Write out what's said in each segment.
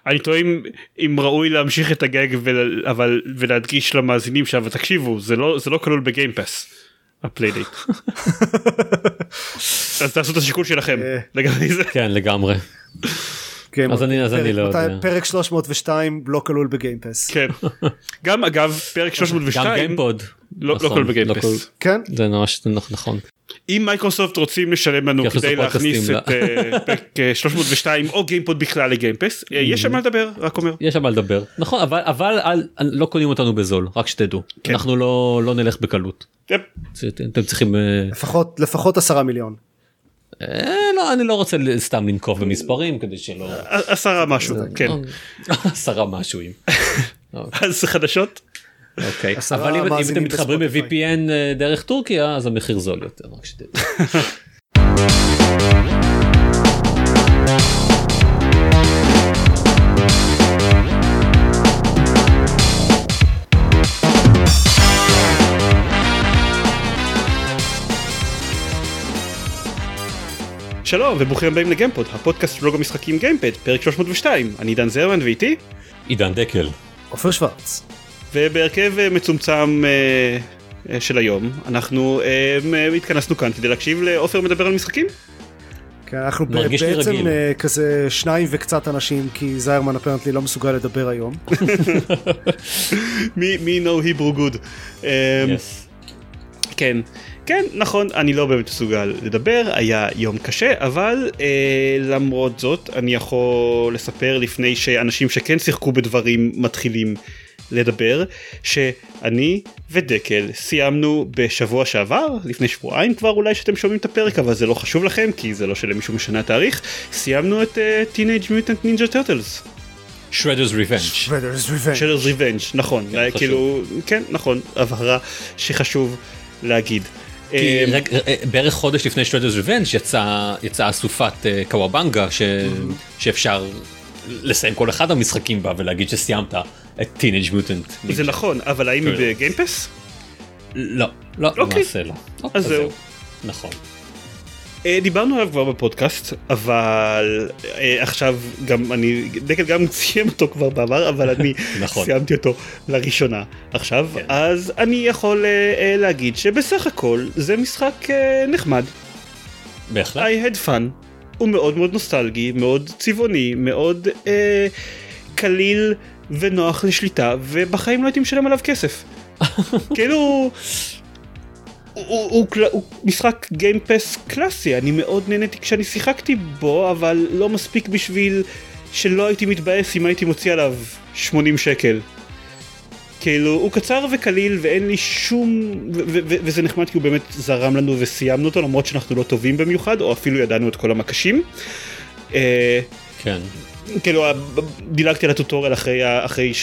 אני טועה אם ראוי להמשיך את הגג ולהדגיש למאזינים אבל תקשיבו, זה לא כלול בגיימפאס, הפליידייט. אז תעשו את השיקול שלכם לגבי זה. כן, לגמרי. אז אני לא יודע. פרק 302 לא כלול בגיימפאס. כן. גם אגב, פרק 302 גם גיימפוד. לא כלול בגיימפאס. כן. זה ממש נכון. אם מייקרוסופט רוצים לשלם לנו כדי להכניס את פרק 302 או גיימפוד בכלל לגיימפס, יש שם מה לדבר, רק אומר. יש שם מה לדבר, נכון, אבל לא קונים אותנו בזול, רק שתדעו. אנחנו לא נלך בקלות. אתם צריכים... לפחות 10 מיליון. לא, אני לא רוצה סתם לנקוב במספרים כדי שלא... 10 משהו, כן. 10 משהוים. אז חדשות? אוקיי, אבל אם אתם מתחברים ב-VPN דרך טורקיה, אז המחיר זול יותר, רק שתדעו. שלום וברוכים הבאים לגיימפוד, הפודקאסט של לוגו משחקים גיימפד, פרק 302. אני עידן זרמן ואיתי עידן דקל, עופר שוורץ. ובהרכב מצומצם של היום אנחנו התכנסנו כאן כדי להקשיב לעופר מדבר על משחקים. כן, אנחנו בעצם כזה 2 וקצת אנשים, כי זיירמן אפרנטלי לא מסוגל לדבר היום. מי know Hebrew good. כן, כן, נכון, אני לא באמת מסוגל לדבר, היה יום קשה, אבל למרות זאת אני יכול לספר לפני שאנשים שכן שיחקו בדברים מתחילים לדבר, שאני ודקל סיימנו בשבוע שעבר, לפני שבועיים כבר אולי שאתם שומעים את הפרק, אבל זה לא חשוב לכם כי זה לא שלמישהו משנה התאריך, סיימנו את Teenage Mutant Ninja Turtles. Shredder's Revenge. Shredder's Revenge, נכון, כאילו, כן, נכון, הבהרה שחשוב להגיד. בערך חודש לפני Shredder's Revenge יצאה אסופת קוואבנגה שאפשר לסיים כל אחד המשחקים בה ולהגיד שסיימת את Teenage Mutant. זה נכון, אבל האם היא בגיימפס? לא, למעשה לא. אז זהו. נכון. דיברנו עליו כבר בפודקאסט, אבל עכשיו גם דקל גם סיים אותו כבר בעבר, אבל אני סיימתי אותו לראשונה עכשיו, אז אני יכול להגיד שבסך הכל זה משחק נחמד. בהחלט. I had fun. הוא מאוד מאוד נוסטלגי, מאוד צבעוני, מאוד קליל ונוח לשליטה, ובחיים לא הייתי משלם עליו כסף. כאילו... הוא משחק גיימפס קלאסי, אני מאוד נהניתי כשאני שיחקתי בו, אבל לא מספיק בשביל שלא הייתי מתבאס אם הייתי מוציא עליו 80 שקל. כאילו, הוא קצר וקליל ואין לי שום... וזה נחמד כי הוא באמת זרם לנו וסיימנו אותו, למרות שאנחנו לא טובים במיוחד, או אפילו ידענו את כל המקשים. כן. כאילו, דילגתי על הטוטוריאל אחרי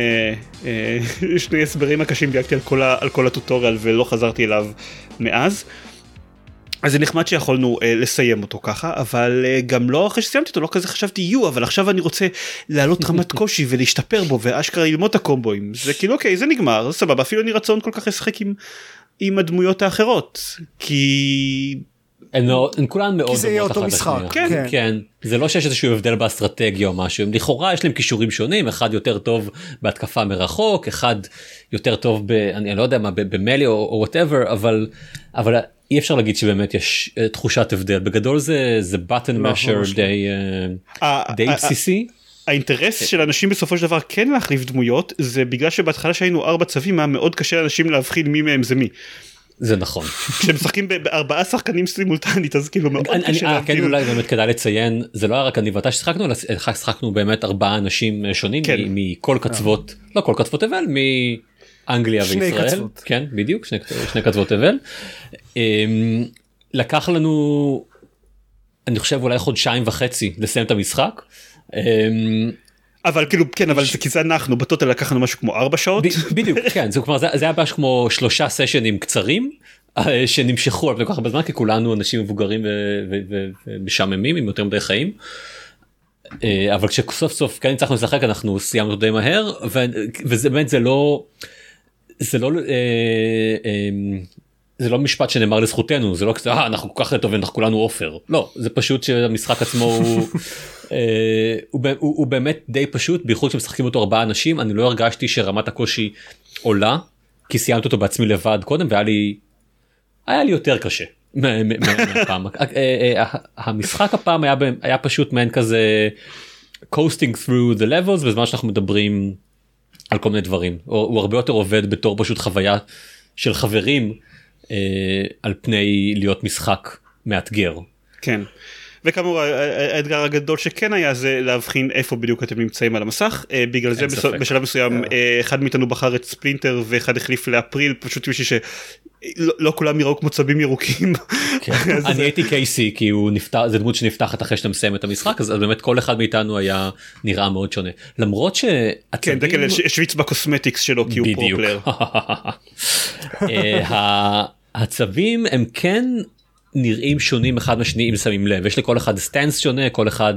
שני הסברים הקשים, דילגתי על כל הטוטוריאל ולא חזרתי אליו מאז. אז זה נחמד שיכולנו לסיים אותו ככה, אבל גם לא אחרי שסיימתי אותו, לא כזה חשבתי, אבל עכשיו אני רוצה לעלות רמת קושי ולהשתפר בו, ואשכרה ללמוד את הקומבואים. זה כאילו, אוקיי, זה נגמר, סבבה, אפילו אני רצון כל כך לשחק עם הדמויות האחרות, כי... הן כולן מאוד כי זה יהיה אותו משחק. כן, זה לא שיש איזשהו הבדל באסטרטגיה או משהו, לכאורה יש להם קישורים שונים, אחד יותר טוב בהתקפה מרחוק, אחד יותר טוב אני לא יודע מה, במלי או whatever, אבל אי אפשר להגיד שבאמת יש תחושת הבדל, בגדול זה button masher די בסיסי. האינטרס של אנשים בסופו של דבר כן להחליף דמויות, זה בגלל שבהתחלה שהיינו 4 צווים, היה מאוד קשה לאנשים להבחין מי מהם זה מי. זה נכון. כשמשחקים ב4 שחקנים סימולטנית, אז כאילו מאוד קשה. כן, אולי באמת כדאי לציין, זה לא היה רק אני ואתה ששחקנו, אלא שחקנו באמת 4 אנשים שונים מכל קצוות, לא כל קצוות אבל, מאנגליה וישראל. כן, בדיוק, שני קצוות אבל. לקח לנו, אני חושב אולי 1.5 חודשים לסיים את המשחק. אבל כאילו, כן, אבל זה כי זה אנחנו, בטוטל לקחנו משהו כמו 4 שעות. בדיוק, כן, זה היה משהו כמו 3 סשנים קצרים, שנמשכו על כל כך הרבה זמן, כי כולנו אנשים מבוגרים ומשעממים עם יותר מדי חיים. אבל כשסוף סוף כן הצלחנו לשחק, אנחנו סיימנו די מהר, וזה באמת, זה לא זה לא משפט שנאמר לזכותנו, זה לא כזה, אנחנו כל כך טובים, אנחנו כולנו אופר. לא, זה פשוט שהמשחק עצמו הוא באמת די פשוט, בייחוד שמשחקים אותו 4 אנשים, אני לא הרגשתי שרמת הקושי עולה, כי סיימתי אותו בעצמי לבד קודם, והיה לי יותר קשה מהפעם. המשחק הפעם היה פשוט מעין כזה, coasting through the levels, בזמן שאנחנו מדברים על כל מיני דברים. הוא הרבה יותר עובד בתור פשוט חוויה של חברים, על פני להיות משחק מאתגר. כן. וכאמור האתגר הגדול שכן היה זה להבחין איפה בדיוק אתם נמצאים על המסך, בגלל זה בשלב מסוים אחד מאיתנו בחר את ספלינטר ואחד החליף לאפריל, פשוט בשביל שלא כולם יראו כמו צבים ירוקים. אני הייתי קייסי כי זה דמות שנפתחת אחרי שאתה מסיים את המשחק, אז באמת כל אחד מאיתנו היה נראה מאוד שונה, למרות כן, דקל שוויץ בקוסמטיקס שלו כי הוא פרופלר. הצבים הם כן נראים שונים אחד מהשני אם שמים לב, יש לכל אחד סטנס שונה, כל אחד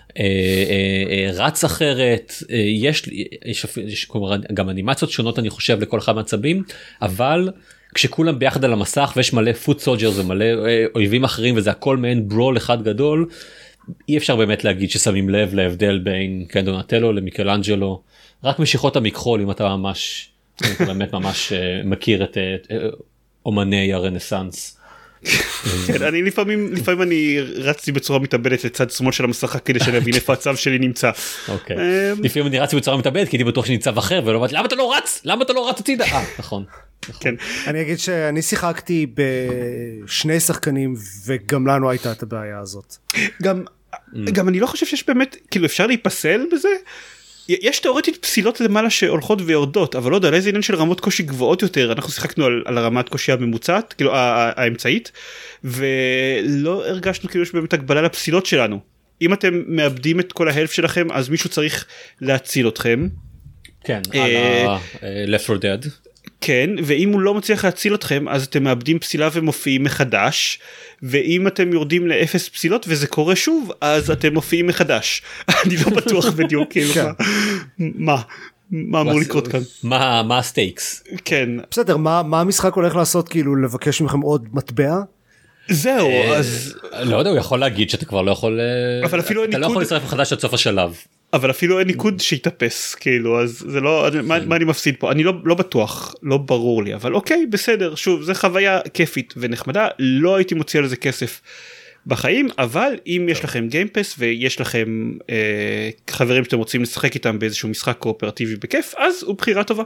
רץ אחרת, יש כלומר, גם אנימציות שונות אני חושב לכל אחד מהצבים, אבל כשכולם ביחד על המסך ויש מלא פוט סולג'רס ומלא אויבים אחרים וזה הכל מעין ברול אחד גדול, אי אפשר באמת להגיד ששמים לב להבדל בין דונטלו למיקלאנג'לו, רק משיכות המכחול אם אתה ממש באמת ממש מכיר את אומני הרנסנס. אני לפעמים אני רצתי בצורה מתאבדת לצד שמאל של המסך כדי שנבין איפה הצו שלי נמצא. לפעמים אני רצתי בצורה מתאבדת כי הייתי בטוח שאני צו אחר ולא אמרתי למה אתה לא רץ? למה אתה לא רץ הצידה? נכון. אני אגיד שאני שיחקתי בשני שחקנים וגם לנו הייתה את הבעיה הזאת. גם אני לא חושב שיש באמת, כאילו אפשר להיפסל בזה? יש תיאורטית פסילות למעלה שהולכות ויורדות, אבל לא יודע, איזה עניין של רמות קושי גבוהות יותר, אנחנו שיחקנו על הרמת קושי הממוצעת, כאילו האמצעית, ולא הרגשנו כאילו יש באמת הגבלה לפסילות שלנו. אם אתם מאבדים את כל ההלף שלכם, אז מישהו צריך להציל אתכם. כן, על Left 4 Dead. כן, ואם הוא לא מצליח להציל אתכם, אז אתם מאבדים פסילה ומופיעים מחדש, ואם אתם יורדים לאפס פסילות וזה קורה שוב, אז אתם מופיעים מחדש. אני לא בטוח בדיוק, כאילו, מה אמור לקרות כאן? מה הסטייקס? כן. בסדר, מה המשחק הולך לעשות, כאילו, לבקש מכם עוד מטבע? זהו, אז... לא יודע, הוא יכול להגיד שאתה כבר לא יכול... אתה לא יכול לצרף מחדש עד סוף השלב. אבל אפילו אין ניקוד שיתאפס, כאילו, אז זה לא, מה אני מפסיד פה? אני לא בטוח, לא ברור לי, אבל אוקיי, בסדר, שוב, זה חוויה כיפית ונחמדה, לא הייתי מוציא על זה כסף בחיים, אבל אם יש לכם גיימפס ויש לכם חברים שאתם רוצים לשחק איתם באיזשהו משחק קואופרטיבי בכיף, אז הוא בחירה טובה.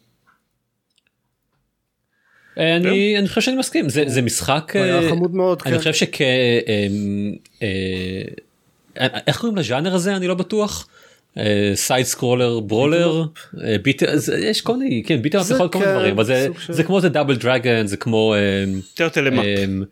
אני חושב שאני מסכים, זה משחק, חמוד מאוד, אני חושב איך קוראים לז'אנר הזה? אני לא בטוח. סייד סקרולר ברולר, יש כל מיני, כן, ביטר אפ יכול כל מיני דברים, אבל זה כמו זה דאבל דרגון, זה כמו טרטל אמאפ.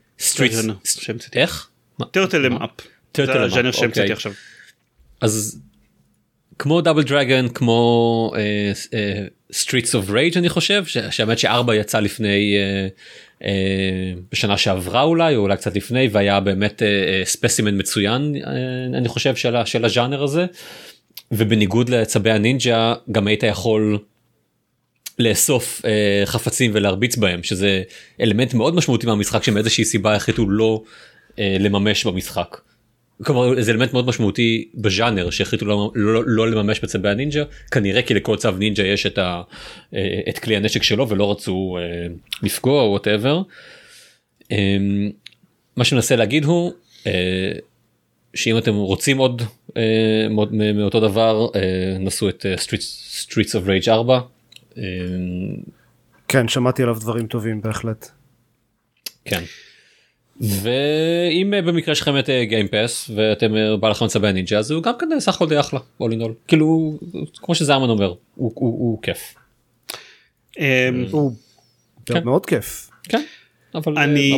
איך? טרטל אמאפ. זה הז'אנר שהמצאתי עכשיו. אז כמו דאבל דרגון, כמו Streets of Rage אני חושב, שהאמת ש4 יצא לפני בשנה שעברה אולי, או אולי קצת לפני, והיה באמת ספסימן מצוין אני חושב של הז'אנר הזה, ובניגוד לצבי הנינג'ה גם היית יכול לאסוף חפצים ולהרביץ בהם, שזה אלמנט מאוד משמעותי מהמשחק שמאיזושהי סיבה החליטו לא לממש במשחק. כלומר זה אלמנט מאוד משמעותי בז'אנר שהחליטו לא לממש בצבי הנינג'ה, כנראה כי לכל צו נינג'ה יש את כלי הנשק שלו ולא רצו לפגוע או whatever. מה שמנסה להגיד הוא שאם אתם רוצים עוד מאותו דבר, נסו את Streets of Rage 4. כן, שמעתי עליו דברים טובים בהחלט. כן. ואם במקרה שלכם את גיימפס ואתם בא לכם צבי הנינג'ה, אז הוא גם כן סך הכל די אחלה, all in all. כאילו, כמו שזרמן אומר, הוא כיף. הוא מאוד כיף. כן, אבל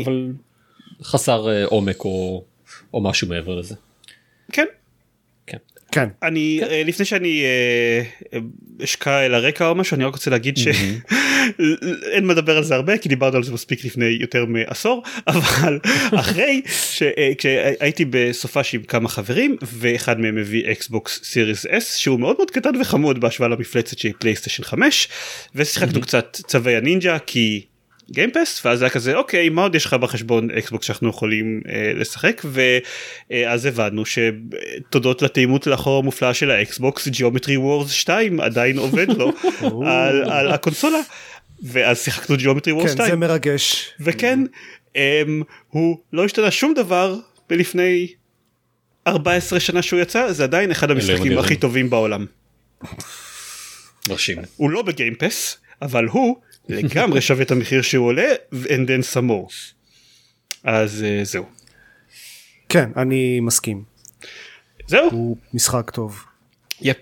חסר עומק או משהו מעבר לזה. כן. כן. אני, לפני שאני אשקע אל הרקע או משהו, אני רק רוצה להגיד שאין מדבר על זה הרבה, כי דיברנו על זה מספיק לפני יותר מעשור, אבל אחרי שהייתי בסופש עם כמה חברים, ואחד מהם מביא אקסבוקס סיריס S, שהוא מאוד מאוד קטן וחמוד בהשוואה למפלצת שהיא פלייסטיישן 5, ושיחקנו קצת צווי הנינג'ה, כי גיימפס, ואז היה כזה אוקיי, מה עוד יש לך בחשבון אקסבוקס שאנחנו יכולים לשחק, ואז הבנו שתודות לתאימות לאחור המופלאה של האקסבוקס, Geometry Wars 2 עדיין עובד לו על הקונסולה, ואז שיחקנו Geometry Wars 2. כן, זה מרגש. וכן, הוא לא השתנה שום דבר בלפני 14 שנה שהוא יצא, זה עדיין אחד המשחקים הכי טובים בעולם. מרשים. הוא לא בגיימפס, אבל הוא לגמרי שווה את המחיר שהוא עולה, and then some more. אז זהו. כן, אני מסכים. זהו. הוא משחק טוב. יפ.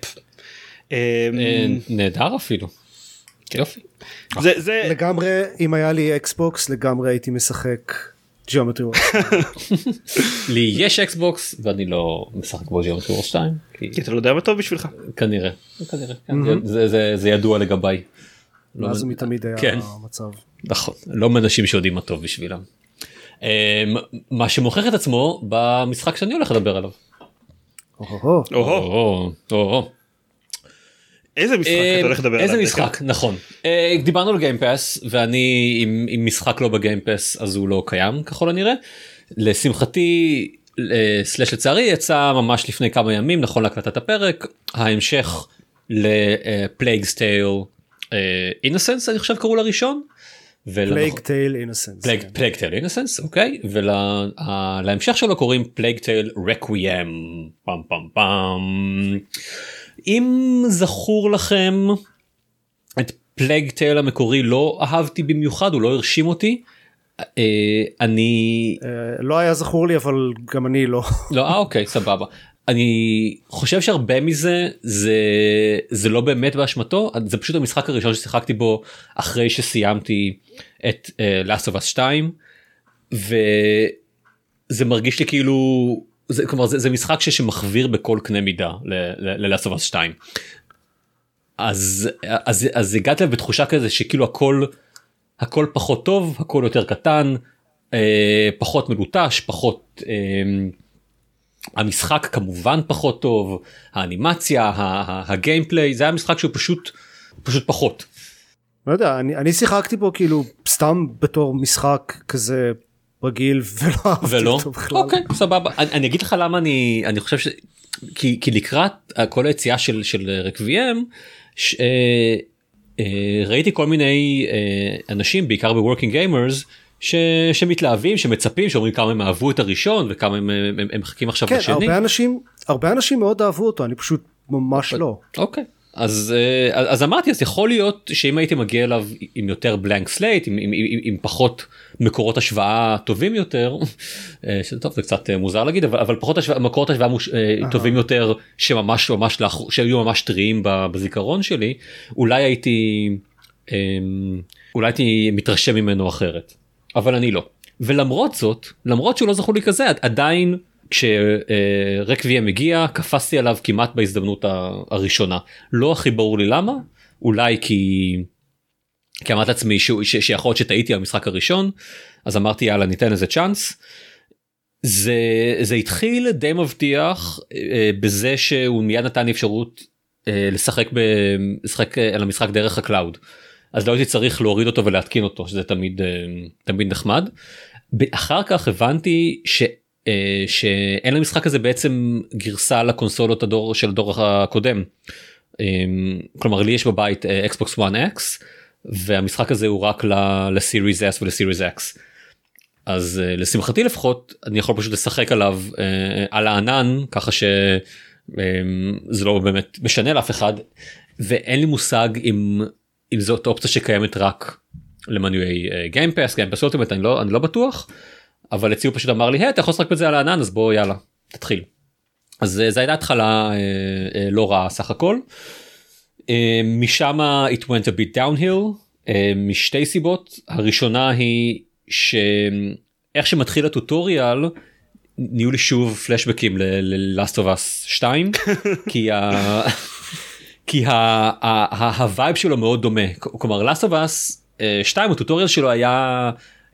נהדר אפילו. יופי. זה לגמרי, אם היה לי אקסבוקס, לגמרי הייתי משחק Geometry Wars. לי יש אקסבוקס, ואני לא משחק בו Geometry Wars 2. כי אתה לא יודע מה טוב בשבילך. כנראה. זה ידוע לגביי. מאז זה מתמיד היה המצב. נכון, לא מאנשים שיודעים מה טוב בשבילם. מה שמוכיח את עצמו במשחק שאני הולך לדבר עליו. איזה משחק אתה הולך לדבר עליו? איזה משחק, נכון. דיברנו על גיימפס, ואני עם משחק לא בגיימפס אז הוא לא קיים ככל הנראה. לשמחתי, סלש לצערי, יצא ממש לפני כמה ימים, נכון להקלטת הפרק, ההמשך ל-Plague's Tale Innocence, אני חושב קראו לראשון. Plague Tale Innocence. Plague Tale Innocence, אוקיי. ולהמשך שלו קוראים Plague Tale Requiem. פם פם פם. אם זכור לכם, את Plague Tale המקורי לא אהבתי במיוחד, הוא לא הרשים אותי. אני... לא היה זכור לי, אבל גם אני לא. לא, אוקיי, סבבה. אני חושב שהרבה מזה זה לא באמת באשמתו, זה פשוט המשחק הראשון ששיחקתי בו אחרי שסיימתי את Last of Us 2, וזה מרגיש לי כאילו, כלומר זה משחק שמחוויר בכל קנה מידה ל-Last of Us 2. אז הגעתי בתחושה כזה שכאילו הכל פחות טוב, הכל יותר קטן, פחות מלוטש, פחות... המשחק כמובן פחות טוב, האנימציה, הגיימפליי, זה היה משחק שהוא פשוט פחות. לא יודע, אני שיחקתי בו כאילו סתם בתור משחק כזה רגיל ולא אהבתי אותו בכלל. אוקיי, סבבה. אני אגיד לך למה אני חושב כי לקראת כל היציאה של רקוויאם, ראיתי כל מיני אנשים, בעיקר ב-Working Gamers, שמתלהבים, שמצפים, שאומרים כמה הם אהבו את הראשון וכמה הם מחכים עכשיו לשני. כן, הרבה אנשים מאוד אהבו אותו, אני פשוט ממש לא. אוקיי, אז אמרתי, אז יכול להיות שאם הייתי מגיע אליו עם יותר בלנק סלייט, עם פחות מקורות השוואה טובים יותר, טוב, זה קצת מוזר להגיד, אבל פחות מקורות השוואה טובים יותר, שהיו ממש טריים בזיכרון שלי, אולי הייתי מתרשם ממנו אחרת. אבל אני לא. ולמרות זאת, למרות שהוא לא זכור לי כזה, עדיין כשרקוויאם מגיע, קפסתי עליו כמעט בהזדמנות הראשונה. לא הכי ברור לי למה, אולי כי אמרתי לעצמי שיכול להיות שטעיתי על המשחק הראשון, אז אמרתי יאללה ניתן איזה צ'אנס. זה התחיל די מבטיח בזה שהוא מיד נתן לי אפשרות לשחק על המשחק דרך הקלאוד. אז לא הייתי צריך להוריד אותו ולהתקין אותו, שזה תמיד נחמד. אחר כך הבנתי שאין למשחק הזה בעצם גרסה לקונסולות של הדור הקודם. כלומר, לי יש בבית Xbox One X, והמשחק הזה הוא רק לסיריס S ולסיריס X. אז לשמחתי לפחות, אני יכול פשוט לשחק עליו על הענן, ככה שזה לא באמת משנה לאף אחד, ואין לי מושג אם זאת אופציה שקיימת רק למנויי גיימפס, גיימפס אולטימט, אני לא בטוח, אבל אצלי הוא פשוט אמר לי, אתה יכול לשחק בזה על הענן, אז בוא יאללה, תתחיל. אז זה הייתה התחלה לא רעה סך הכל. משם it went a bit downhill, משתי סיבות. הראשונה היא שאיך שמתחיל הטוטוריאל, נהיו לי שוב פלשבקים ל-Last of Us 2, כי הווייב שלו מאוד דומה. כלומר, Last of Us 2, הטוטוריאל שלו היה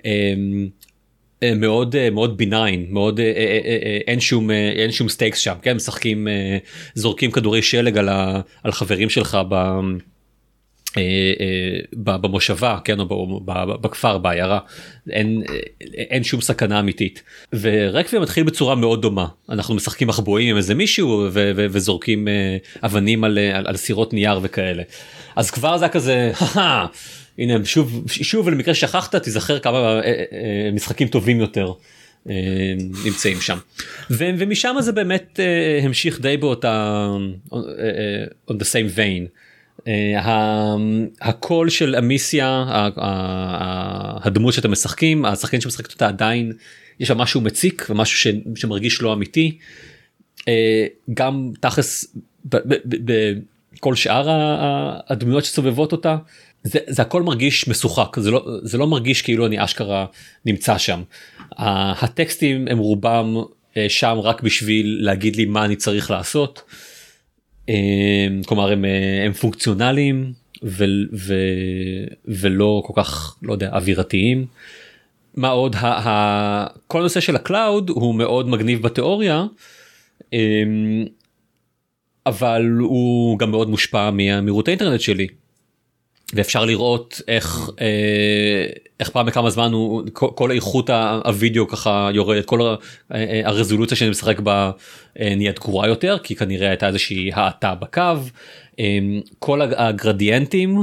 מאוד ביניין, מאוד אין שום סטייקס שם, כן? משחקים, זורקים כדורי שלג על החברים שלך במושבה, כן, או בכפר, בעיירה, אין שום סכנה אמיתית. ורקוויאם מתחיל בצורה מאוד דומה. אנחנו משחקים מחבואים עם איזה מישהו, וזורקים אבנים על סירות נייר וכאלה. אז כבר זה כזה, הנה, שוב, למקרה שכחת, תיזכר כמה משחקים טובים יותר נמצאים שם. ומשם זה באמת המשיך די באותה, on the same vein. הקול של אמיסיה, הדמות שאתם משחקים, השחקן שמשחקת אותה עדיין, יש שם משהו מציק ומשהו שמרגיש לא אמיתי. גם תכלס בכל שאר הדמויות שסובבות אותה, זה הכל מרגיש משוחק, זה לא מרגיש כאילו אני אשכרה נמצא שם. הטקסטים הם רובם שם רק בשביל להגיד לי מה אני צריך לעשות. כלומר הם פונקציונליים ולא כל כך, לא יודע, אווירתיים. מה עוד, כל הנושא של הקלאוד הוא מאוד מגניב בתיאוריה, אבל הוא גם מאוד מושפע מהמהירות האינטרנט שלי. ואפשר לראות איך פעם בכמה זמן כל איכות הווידאו ככה יורד, כל הרזולוציה שאני משחק בה נהיית גרועה יותר, כי כנראה הייתה איזושהי האטה בקו, כל הגרדיאנטים,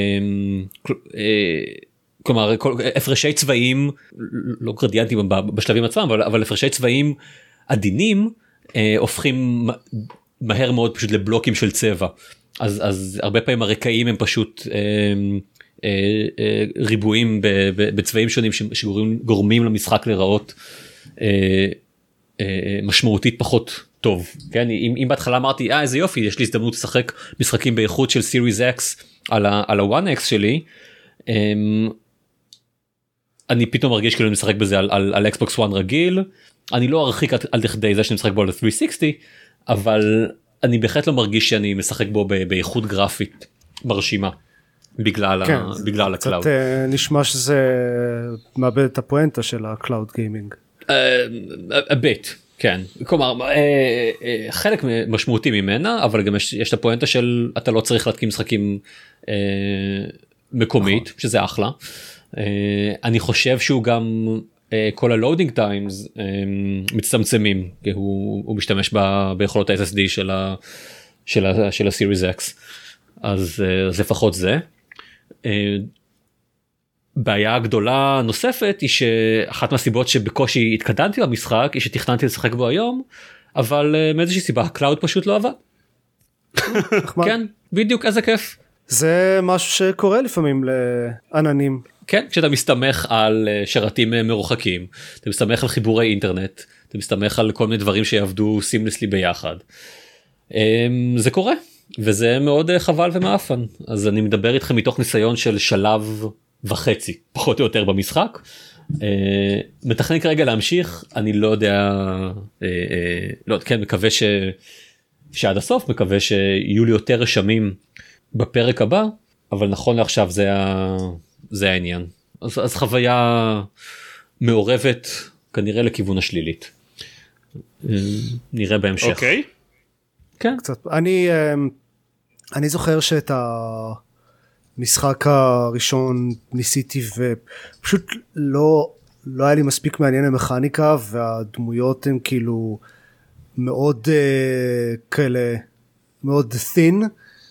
כלומר הפרשי צבעים, לא גרדיאנטים בשלבים עצמם, אבל הפרשי צבעים עדינים הופכים מהר מאוד פשוט לבלוקים של צבע. אז הרבה פעמים הרקעים הם פשוט ריבועים בצבעים שונים שגורמים למשחק לראות משמעותית פחות טוב. כן? אם בהתחלה אמרתי, איזה יופי, יש לי הזדמנות לשחק משחקים באיכות של Series X על ה-One X שלי, אני פתאום מרגיש כאילו אני משחק בזה על Xbox One רגיל, אני לא ארחיק על לכדי זה שאני משחק בו על 360, אבל אני בהחלט לא מרגיש שאני משחק בו באיכות גרפית מרשימה, בגלל הקלאוד. קצת נשמע שזה מאבד את הפואנטה של הקלאוד גיימינג. הבית, כן. כלומר, חלק משמעותי ממנה, אבל גם יש את הפואנטה של אתה לא צריך להתקין משחקים מקומית, שזה אחלה. אני חושב שהוא גם, כל הלואודינג טיימס מצטמצמים, כי הוא משתמש ביכולות ה-SSD של ה-Series X, אז לפחות זה. בעיה גדולה נוספת היא שאחת מהסיבות שבקושי התקדמתי במשחק, היא שתכננתי לשחק בו היום, אבל מאיזושהי סיבה הקלאוד פשוט לא עבד. כן, בדיוק, איזה כיף. זה משהו שקורה לפעמים לעננים. כן, כשאתה מסתמך על שרתים מרוחקים, אתה מסתמך על חיבורי אינטרנט, אתה מסתמך על כל מיני דברים שיעבדו סימלסלי ביחד. זה קורה, וזה מאוד חבל ומאפן. אז אני מדבר איתכם מתוך ניסיון של שלב וחצי, פחות או יותר במשחק. מתכנן כרגע להמשיך, אני לא יודע, כן, מקווה שעד הסוף, מקווה שיהיו לי יותר רשמים בפרק הבא, אבל נכון לעכשיו זה העניין. אז חוויה מעורבת כנראה לכיוון השלילית. נראה בהמשך. אוקיי. כן. קצת. אני זוכר שאת המשחק הראשון ניסיתי ופשוט לא היה לי מספיק מעניין המכניקה, והדמויות הן כאילו מאוד כאלה, מאוד thin,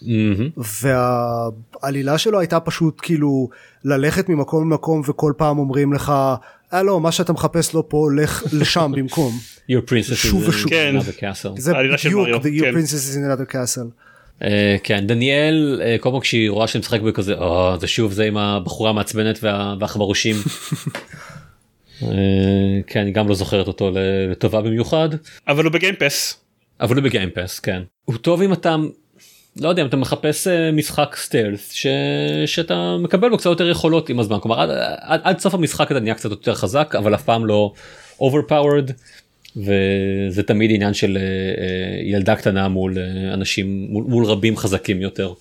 והעלילה שלו הייתה פשוט כאילו ללכת ממקום למקום, וכל פעם אומרים לך, לא, מה שאתה מחפש לו פה, לך לשם במקום. Your princess is in another castle. זה בדיוק, your princess is in another castle. כן, דניאל, כל פעם כשהיא רואה שאני משחק בכזה, זה שוב זה עם הבחורה המעצבנת והחברושים. כן, אני גם לא זוכרת אותו לטובה במיוחד. אבל הוא בגיימפס. כן. הוא טוב אם אתה, לא יודע, אם אתה מחפש משחק סטלס, שאתה מקבל בו קצת יותר יכולות עם הזמן. כלומר, עד סוף המשחק אתה נהיה קצת יותר חזק, אבל אף פעם לא overpowered, וזה תמיד עניין של ילדה קטנה מול אנשים, מול רבים חזקים יותר.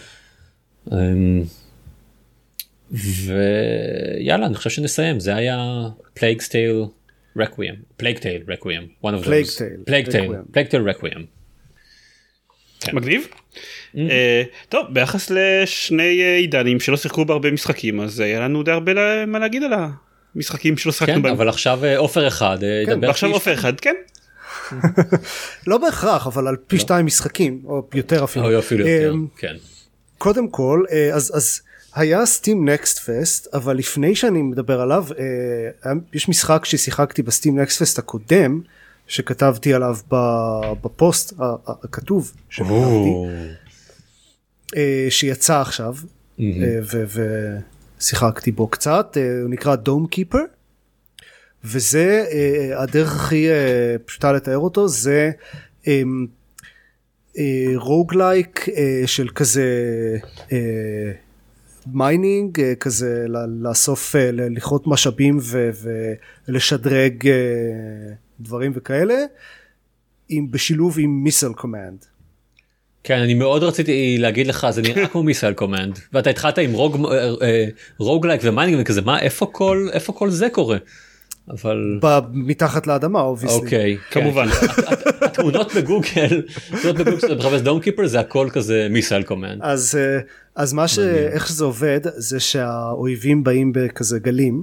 ויאללה, אני חושב שנסיים. זה היה Plague Tale Requiem. One of those. Plague Tale Requiem. מגניב. טוב, ביחס לשני עידנים שלא שיחקו בהרבה משחקים, אז היה לנו די הרבה מה להגיד על המשחקים שלא שיחקנו כן, בהם. אבל עכשיו אופר אחד, ועכשיו אופר אחד, כן. לא בהכרח, אבל על פי 2 משחקים, או יותר אפילו. או אפילו יותר, כן. קודם כל, אז היה סטים נקסט פסט, אבל לפני שאני מדבר עליו, יש משחק ששיחקתי בסטים נקסט פסט הקודם, שכתבתי עליו בפוסט הכתוב שכתבתי, שיצא עכשיו, ושיחקתי בו קצת, הוא נקרא דום קיפר, וזה הדרך הכי פשוטה לתאר אותו, זה רוגלייק של כזה מיינינג, כזה לאסוף, לכרות משאבים ולשדרג דברים וכאלה, בשילוב עם מיסל קומנד. כן, אני מאוד רציתי להגיד לך, זה נראה כמו מיסל קומנד, ואתה התחלת עם רוגלייק ומיינינג וכזה, מה, איפה כל זה קורה? אבל מתחת לאדמה, אובייסלי. אוקיי, כמובן. התמונות בגוגל, שאתה מחפש דום קיפר, זה הכל כזה מיסל קומנד. אז איך שזה עובד, זה שהאויבים באים בכזה גלים,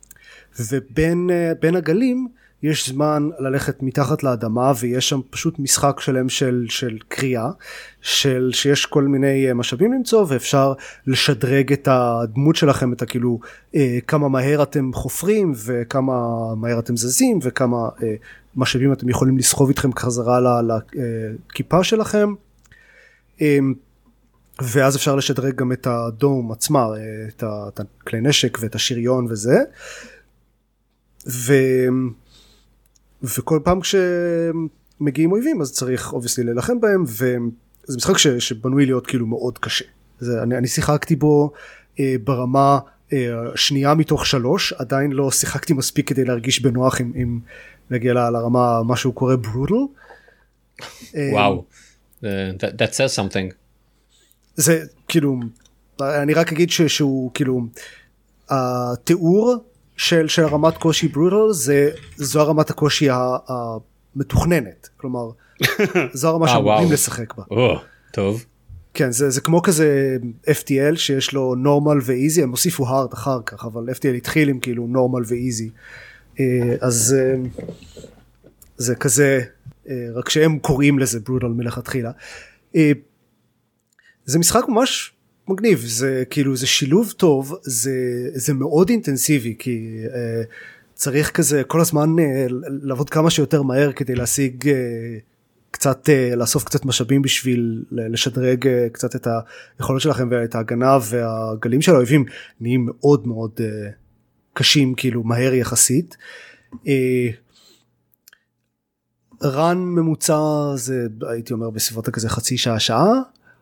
ובין הגלים יש זמן ללכת מתחת לאדמה, ויש שם פשוט משחק שלם של קריאה, שיש כל מיני משאבים למצוא, ואפשר לשדרג את הדמות שלכם, את כאילו כמה מהר אתם חופרים, וכמה מהר אתם זזים, וכמה משאבים אתם יכולים לסחוב איתכם חזרה לכיפה שלכם, ואז אפשר לשדרג גם את הדום עצמה, את הכלי נשק ואת השריון וזה, וכל פעם כשמגיעים אויבים אז צריך obviously להילחם בהם, וזה משחק שבנוי להיות כאילו מאוד קשה. אני שיחקתי בו ברמה שנייה מתוך 3, עדיין לא שיחקתי מספיק כדי להרגיש בנוח עם להגיע לרמה משהו קורא ברוטל. וואו, that says something. זה כאילו, אני רק אגיד שהוא כאילו, התיאור של רמת קושי ברוטל, זו הרמת הקושי המתוכננת, כלומר, זו הרמה שאמורים לשחק בה. טוב. כן, זה כמו כזה FTL שיש לו נורמל ואיזי, הם הוסיפו הארד אחר כך, אבל FTL התחיל עם כאילו נורמל ואיזי, אז זה כזה, רק שהם קוראים לזה ברוטל מלכתחילה. זה משחק ממש מגניב, זה כאילו זה שילוב טוב, זה מאוד אינטנסיבי, כי צריך כזה כל הזמן לעבוד כמה שיותר מהר כדי להשיג קצת, לאסוף קצת משאבים בשביל לשדרג קצת את היכולות שלכם ואת ההגנה, והגלים של האויבים נהיים מאוד מאוד קשים, כאילו מהר יחסית. רן ממוצע זה הייתי אומר בסביבות כזה חצי שעה,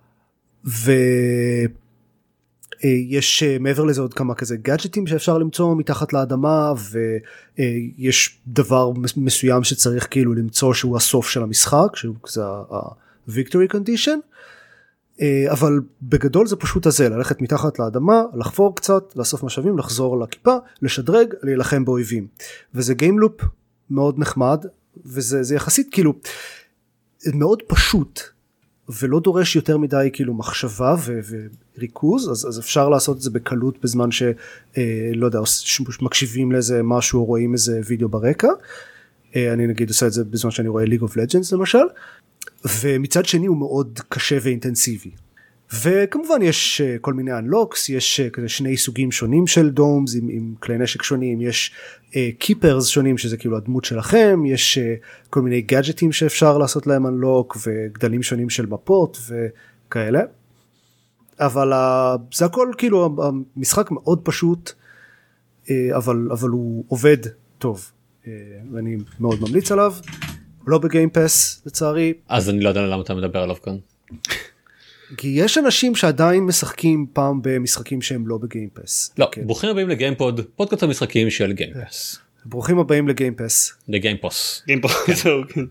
ויש מעבר לזה עוד כמה כזה גאדג'טים שאפשר למצוא מתחת לאדמה, ויש דבר מסוים שצריך כאילו למצוא שהוא הסוף של המשחק, שהוא כזה ה-victory condition, אבל בגדול זה פשוט הזה, ללכת מתחת לאדמה, לחפור קצת, לאסוף משאבים, לחזור לכיפה, לשדרג, להילחם באויבים. וזה גיימלופ מאוד נחמד, וזה יחסית כאילו מאוד פשוט, ולא דורש יותר מדי כאילו מחשבה וריכוז, אז אפשר לעשות את זה בקלות בזמן שלא יודע, מקשיבים לאיזה משהו או רואים איזה וידאו ברקע. אני נגיד עושה את זה בזמן שאני רואה League of Legends למשל, ומצד שני הוא מאוד קשה ואינטנסיבי. וכמובן יש כל מיני unlocks, יש כזה שני סוגים שונים של דומס עם כלי נשק שונים, יש קיפרס שונים שזה כאילו הדמות שלכם, יש כל מיני גאדג'טים שאפשר לעשות להם unlock, וגדלים שונים של מפות וכאלה. אבל זה הכל כאילו המשחק מאוד פשוט, אבל הוא עובד טוב, ואני מאוד ממליץ עליו. לא בגיימפס לצערי. אז אני לא יודע למה אתה מדבר עליו כאן. כי יש אנשים שעדיין משחקים פעם במשחקים שהם לא בגיימפס. לא, ברוכים הבאים לגיימפוד, פודקאסט המשחקים של גיימפס. ברוכים הבאים לגיימפס. לגיימפוס. גיימפוס, זהו, כן.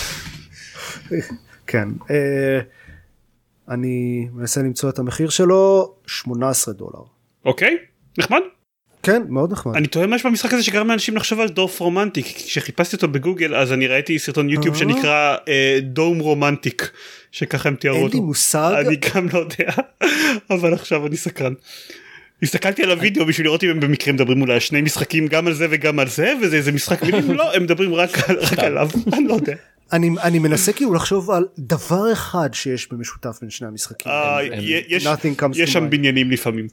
כן. אני מנסה למצוא את המחיר שלו, $18. אוקיי, נחמד. כן, מאוד נחמד. אני תוהה משהו במשחק הזה שגרם לאנשים לחשוב על דורף רומנטיק, כשחיפשתי אותו בגוגל אז אני ראיתי סרטון יוטיוב שנקרא דום רומנטיק, שככה הם תיארו אותו. אין לי מושג. אני גם לא יודע, אבל עכשיו אני סקרן. הסתכלתי על הוידאו בשביל לראות אם הם במקרה מדברים אולי שני משחקים, גם על זה וגם על זה, וזה איזה משחק מילים, לא, הם מדברים רק עליו, אני לא יודע. אני מנסה כאילו לחשוב על דבר אחד שיש במשותף בין שני המשחקים. יש שם בניינים לפעמים.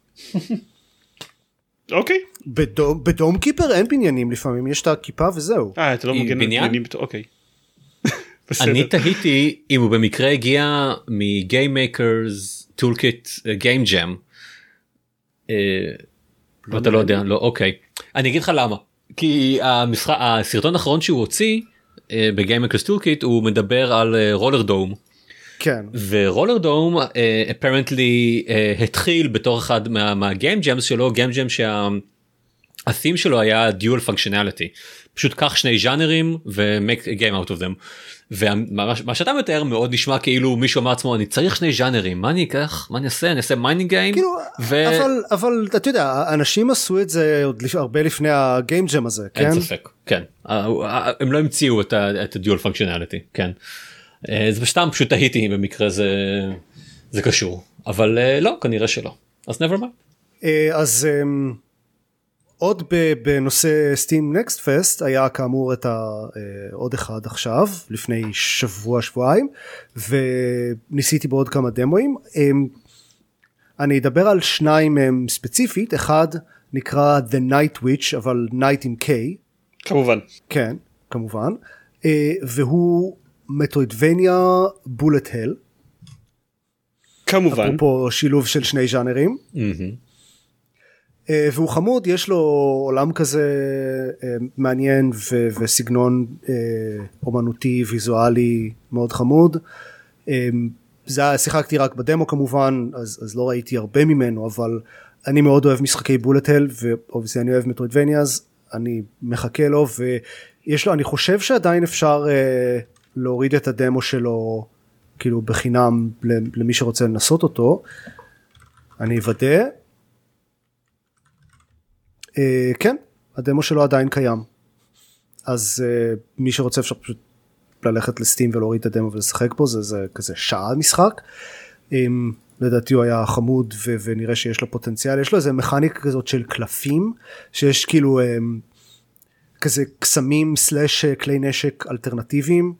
אוקיי. בדום קיפר אין בניינים לפעמים, יש את הכיפה וזהו. אתה לא מגן על בניינים, אוקיי. אני תהיתי אם הוא במקרה הגיע מ-Game Makers Toolkit Game Jam. ואתה לא יודע, לא, אוקיי. אני אגיד לך למה. כי הסרטון האחרון שהוא הוציא ב-Game Makers Toolkit הוא מדבר על רולר דום. כן. ורולר דום apparently התחיל בתור אחד מה-Game Jams שלו, Game Jam שהתים שלו היה dual functionality. פשוט קח שני ז'אנרים ו-make a game out of them. ומה שאתה מתאר מאוד נשמע כאילו מישהו אמר עצמו אני צריך שני ז'אנרים, מה אני אקח, מה אני אעשה, אני אעשה מיינינג גיים. אבל אתה יודע, אנשים עשו את זה עוד הרבה לפני הגיים ג'ם הזה, כן? אין ספק, כן. הם לא המציאו את הדיול פונקשיונליטי, כן. זה סתם פשוט תהיתי במקרה זה קשור, אבל לא, כנראה שלא. אז never mind. אז עוד בנושא Steam Next Fest היה כאמור את עוד אחד עכשיו לפני שבועיים וניסיתי בעוד כמה דמוים. אני אדבר על שניים מהם ספציפית, אחד נקרא The Night Witch אבל Night עם K כמובן, כן כמובן, והוא מטרוידבניה בולט הל כמובן, אפרופו שילוב של שני ז'אנרים. והוא חמוד, יש לו עולם כזה מעניין וסגנון אומנותי ויזואלי מאוד חמוד. שיחקתי רק בדמו כמובן, אז לא ראיתי הרבה ממנו, אבל אני מאוד אוהב משחקי בולט הל ואובייסלי אני אוהב מטרוידבניה, אז אני מחכה לו ויש לו, אני חושב שעדיין אפשר להוריד את הדמו שלו כאילו בחינם למי שרוצה לנסות אותו. אני אוודא. כן, הדמו שלו עדיין קיים, אז מי שרוצה אפשר פשוט ללכת לסטים ולהוריד את הדמו ולשחק בו, זה כזה שעה משחק. לדעתי הוא היה חמוד ונראה שיש לו פוטנציאל, יש לו איזה מכניקה כזאת של קלפים, שיש כאילו כזה קסמים סלש כלי נשק אלטרנטיביים,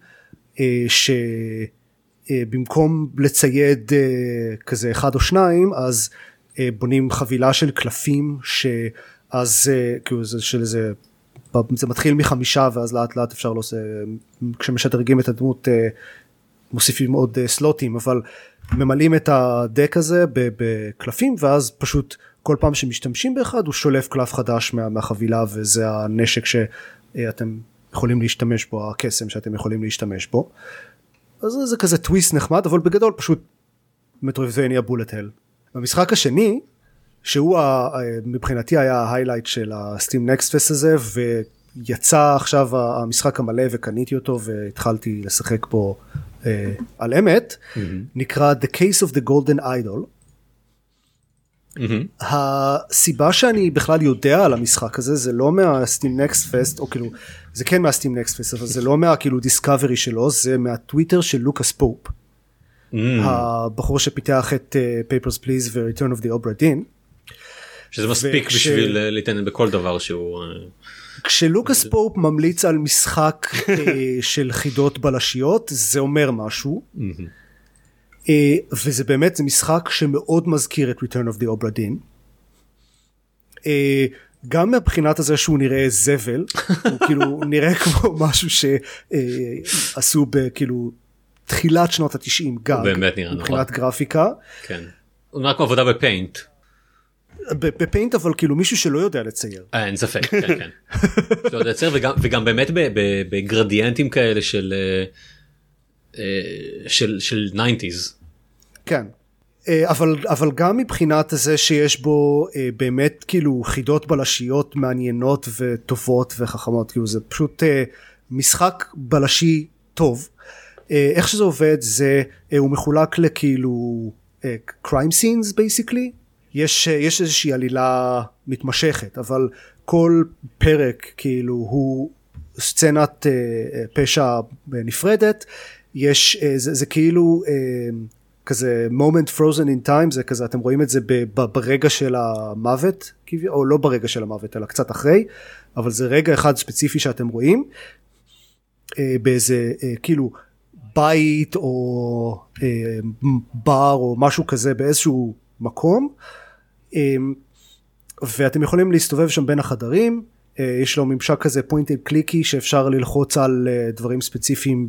שבמקום לצייד כזה אחד או שניים, אז בונים חבילה של קלפים אז כאילו זה מתחיל מ5 ואז לאט לאט אפשר כשמשדרגים את הדמות מוסיפים עוד סלוטים, אבל ממלאים את הדק הזה בקלפים ואז פשוט כל פעם שמשתמשים באחד הוא שולף קלף חדש מהחבילה, וזה הנשק שאתם יכולים להשתמש בו, הקסם שאתם יכולים להשתמש בו. אז זה כזה טוויסט נחמד, אבל בגדול פשוט מטרוידבניה בולט הל. במשחק השני שהוא מבחינתי היה ההיילייט של הסטים נקסט פסט הזה, ויצא עכשיו המשחק המלא וקניתי אותו והתחלתי לשחק בו על אמת, נקרא The Case of the Golden Idol. הסיבה שאני בכלל יודע על המשחק הזה זה לא מהסטים נקסט פסט, או כאילו זה כן מהסטים נקסט פסט, אבל זה לא מהכאילו דיסקאברי שלו, זה מהטוויטר של לוקאס פופ, הבחור שפיתח את Papers, Please ו-Return of the Obra Dinn, שזה מספיק בשביל להתעניין בכל דבר שהוא... כשלוקאס פופ ממליץ על משחק של חידות בלשיות, זה אומר משהו, וזה באמת, זה משחק שמאוד מזכיר את Return of the Obra Dinn, גם מהבחינת הזה שהוא נראה זבל, הוא כאילו נראה כמו משהו שעשו בכאילו תחילת שנות ה-90 גג, מבחינת גרפיקה. כן, הוא נראה כמו עבודה בפיינט. בפיינט, אבל כאילו מישהו שלא יודע לצייר. אין ספק, כן, כן. שלא יודע לצייר, וגם באמת בגרדיאנטים כאלה של 90s. כן, אבל גם מבחינת זה שיש בו באמת כאילו חידות בלשיות מעניינות וטובות וחכמות, כאילו זה פשוט משחק בלשי טוב. איך שזה עובד זה, הוא מחולק לכאילו crime scenes basically, יש איזושהי עלילה מתמשכת, אבל כל פרק כאילו הוא סצנת פשע נפרדת, זה כאילו כזה moment frozen in time, זה כזה, אתם רואים את זה ברגע של המוות, או לא ברגע של המוות, אלא קצת אחרי, אבל זה רגע אחד ספציפי שאתם רואים, באיזה כאילו בית או בר או משהו כזה באיזשהו מקום, ואתם יכולים להסתובב שם בין החדרים, יש לו ממשק כזה point and clicky שאפשר ללחוץ על דברים ספציפיים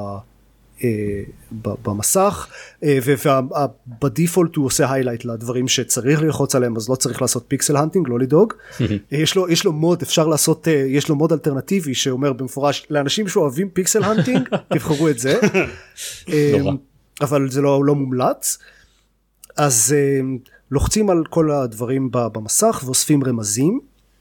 במסך, ובדיפולט הוא עושה highlight לדברים שצריך ללחוץ עליהם, אז לא צריך לעשות פיקסל הנטינג, לא לדאוג. יש לו מוד, אפשר לעשות, יש לו מוד אלטרנטיבי שאומר במפורש, לאנשים שאוהבים פיקסל הנטינג, תבחרו את זה. אבל זה לא מומלץ. אז לוחצים על כל הדברים במסך ואוספים רמזים,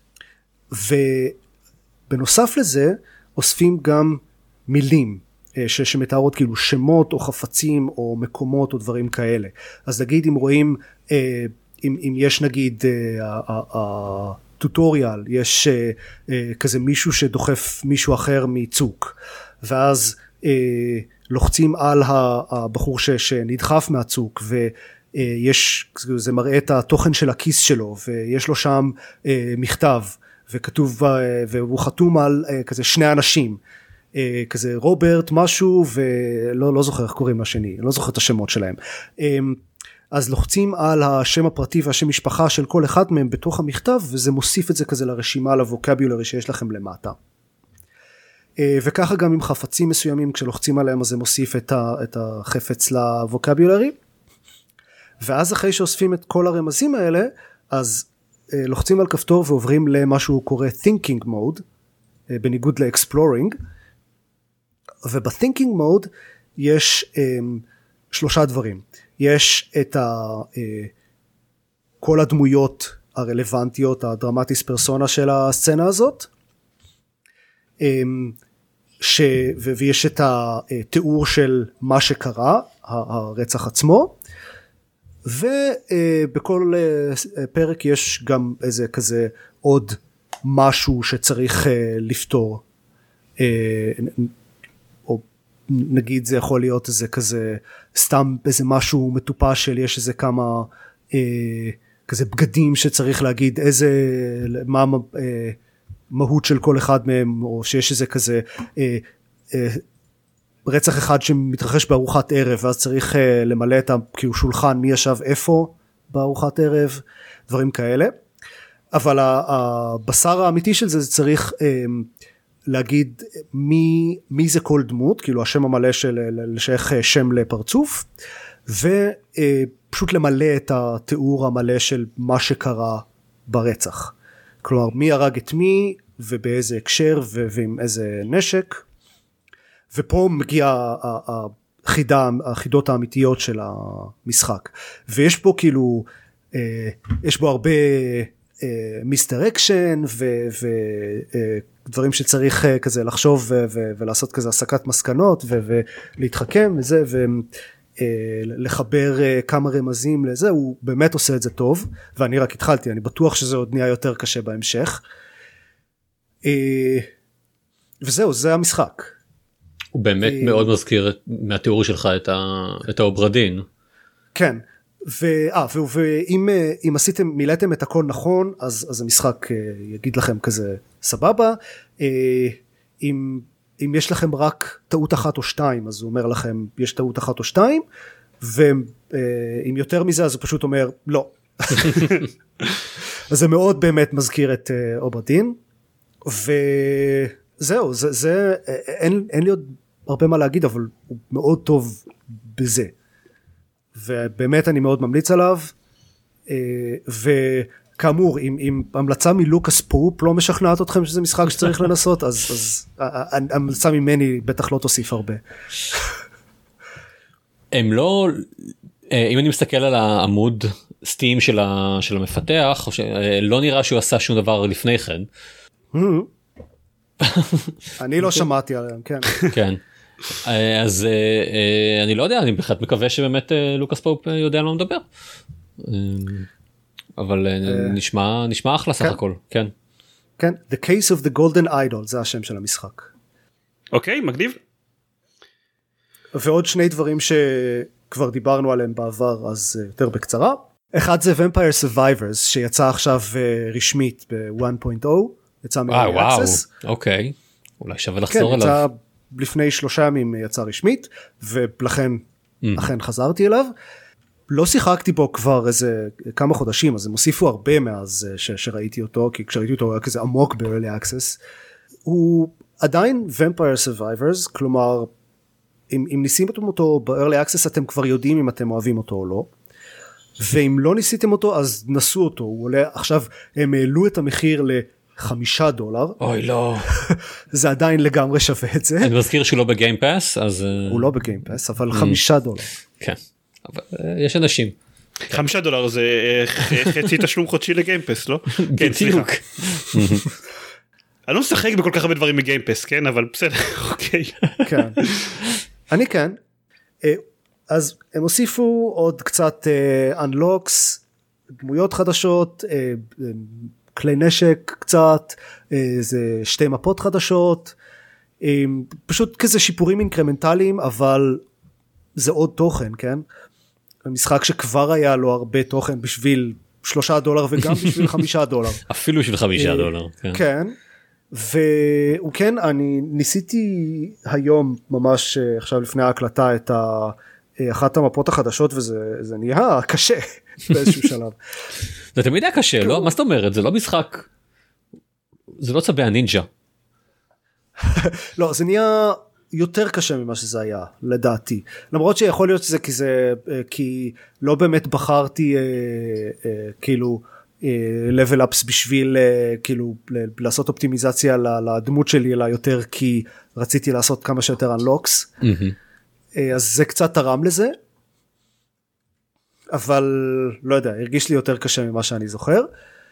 ובנוסף לזה אוספים גם מילים שמתארות כאילו שמות או חפצים או מקומות או דברים כאלה. אז נגיד אם רואים, אם יש נגיד הטוטוריאל, יש כזה מישהו שדוחף מישהו אחר מצוק, ואז לוחצים על הבחור שנדחף מהצוק, ויש, זה מראה את התוכן של הכיס שלו, ויש לו שם מכתב, וכתוב, והוא חתום על כזה שני אנשים, כזה רוברט משהו, ולא זוכר איך קוראים לשני, לא זוכר את השמות שלהם. אז לוחצים על השם הפרטי והשם משפחה של כל אחד מהם בתוך המכתב, וזה מוסיף את זה כזה לרשימה, לווקאבולרי שיש לכם למטה. וככה גם עם חפצים מסוימים, כשלוחצים עליהם אז זה מוסיף את החפץ לווקאבולרי. ואז אחרי שאוספים את כל הרמזים האלה, אז לוחצים על כפתור ועוברים למה שהוא קורא thinking mode, בניגוד ל-exploring. וב-thinking mode יש שלושה דברים. יש את כל הדמויות הרלוונטיות, הדרמטיס פרסונה של הסצנה הזאת, ויש את התיאור של מה שקרה, הרצח עצמו, ובכל פרק יש גם איזה כזה עוד משהו שצריך לפתור, או נגיד זה יכול להיות איזה כזה סתם איזה משהו מטופש של יש איזה כמה כזה בגדים שצריך להגיד איזה מה מהות של כל אחד מהם, או שיש איזה כזה רצח אחד שמתרחש בארוחת ערב, ואז צריך למלא את כאילו שולחן מי ישב איפה בארוחת ערב, דברים כאלה. אבל הבשר האמיתי של זה צריך להגיד מי זה כל דמות, כאילו השם המלא של לשייך שם לפרצוף, ופשוט למלא את התיאור המלא של מה שקרה ברצח. כלומר מי הרג את מי ובאיזה הקשר ועם איזה נשק. ופה מגיע החידות האמיתיות של המשחק, ויש פה כאילו יש בו הרבה מיסטר אקשן ודברים שצריך כזה לחשוב ולעשות כזה הסקת מסקנות ולהתחכם וזה, ולחבר כמה רמזים לזה. הוא באמת עושה את זה טוב, ואני רק התחלתי, אני בטוח שזה עוד נהיה יותר קשה בהמשך. וזהו, זה המשחק. הוא באמת מאוד מזכיר מהתיאור שלך את האוברדין. כן, ואם מילאתם את הכל נכון, אז המשחק יגיד לכם כזה סבבה. אם יש לכם רק טעות אחת או שתיים, אז הוא אומר לכם יש טעות אחת או שתיים, ואם יותר מזה אז הוא פשוט אומר לא. אז זה מאוד באמת מזכיר את אוברדין, וזהו, אין לי עוד הרבה מה להגיד, אבל הוא מאוד טוב בזה, ובאמת אני מאוד ממליץ עליו. וכאמור, אם המלצה מלוקאס פופ לא משכנעת אתכם שזה משחק שצריך לנסות, אז המלצה ממני בטח לא תוסיף הרבה. הם לא, אם אני מסתכל על העמוד סטים של המפתח, לא נראה שהוא עשה שום דבר לפני כן. אני לא שמעתי עליהם, כן. כן. אז אני לא יודע, אני בהחלט מקווה שבאמת לוקאס פופ יודע על מה מדבר. אבל נשמע אחלה סך הכל, כן. כן, The Case of the Golden Idol, זה השם של המשחק. אוקיי, מגניב. ועוד שני דברים שכבר דיברנו עליהם בעבר, אז יותר בקצרה. אחד זה Vampire Survivors, שיצא עכשיו רשמית ב-1.0, יצא מ-Early Access. אוקיי, אולי שווה לחזור אליו. כן, יצא לפני 3 ימים יצא רשמית, ולכן אכן חזרתי אליו. לא שיחקתי בו כבר איזה כמה חודשים, אז הם הוסיפו הרבה מאז שראיתי אותו, כי כשראיתי אותו הוא היה כזה עמוק ב-Early Access. הוא עדיין Vampire Survivors, כלומר, אם ניסיתם אותו ב-Early Access, אתם כבר יודעים אם אתם אוהבים אותו או לא. ואם לא ניסיתם אותו, אז נסו אותו. הוא עולה, עכשיו הם העלו את המחיר $5. אוי לא. זה עדיין לגמרי שווה את זה. אני מזכיר שהוא לא בגיימפאס, אז... הוא לא בגיימפאס, אבל $5. כן, אבל יש אנשים. $5 זה חצי תשלום חודשי לגיימפס, לא? כן, בדיוק. אני לא משחק בכל כך הרבה דברים מגיימפס, כן? אבל בסדר, אוקיי. כן. אני כן. אז הם הוסיפו עוד קצת unlocks, דמויות חדשות, כלי נשק קצת, זה 2 מפות חדשות, פשוט כזה שיפורים אינקרמנטליים, אבל זה עוד תוכן, כן? המשחק שכבר היה לו הרבה תוכן בשביל $3 וגם בשביל $5. אפילו בשביל $5, כן. כן. והוא כן, אני ניסיתי היום ממש עכשיו לפני ההקלטה את אחת המפות החדשות, וזה נהיה קשה באיזשהו שלב. זה תמיד היה קשה, לא? מה זאת אומרת? זה לא משחק, זה לא צבי הנינג'ה. לא, זה נהיה יותר קשה ממה שזה היה, לדעתי. למרות שיכול להיות שזה כי לא באמת בחרתי כאילו level ups בשביל כאילו לעשות אופטימיזציה לדמות שלי, אלא יותר כי רציתי לעשות כמה שיותר unlocks. אז זה קצת תרם לזה, אבל לא יודע, הרגיש לי יותר קשה ממה שאני זוכר.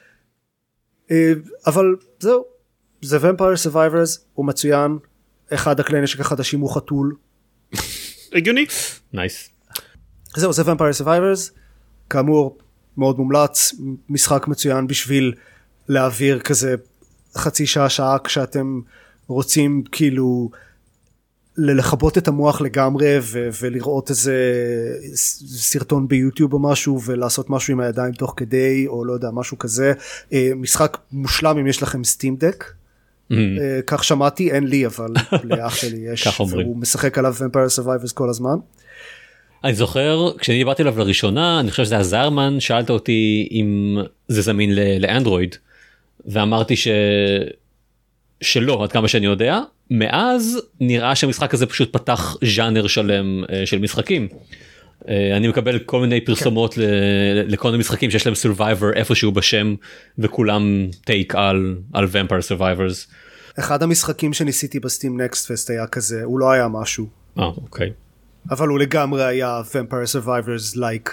אבל זהו, זה Vampire Survivors, הוא מצוין, אחד הכלי נשק החדשים הוא חתול. הגיוני. נייס. זהו, זה Vampire Survivors, כאמור, מאוד מומלץ, משחק מצוין בשביל להעביר כזה חצי שעה כשאתם רוצים כאילו לחבות את המוח לגמרי ולראות איזה סרטון ביוטיוב או משהו ולעשות משהו עם הידיים תוך כדי או לא יודע משהו כזה. משחק מושלם אם יש לכם סטים דק, כך שמעתי, אין לי אבל לאח שלי יש והוא משחק עליו Vampire Survivors כל הזמן. אני זוכר כשאני דיברתי עליו לראשונה, אני חושב שזה הזרמן, שאלת אותי אם זה זמין לאנדרואיד ואמרתי שלא, עד כמה שאני יודע. מאז נראה שהמשחק הזה פשוט פתח ז'אנר שלם של משחקים. אני מקבל כל מיני פרסומות לכל מיני משחקים שיש להם Survivor איפשהו בשם, וכולם טייק על Vampire Survivors. אחד המשחקים שניסיתי בסטים נקסט פסט היה כזה, הוא לא היה משהו. אוקיי. אבל הוא לגמרי היה Vampire Survivors like.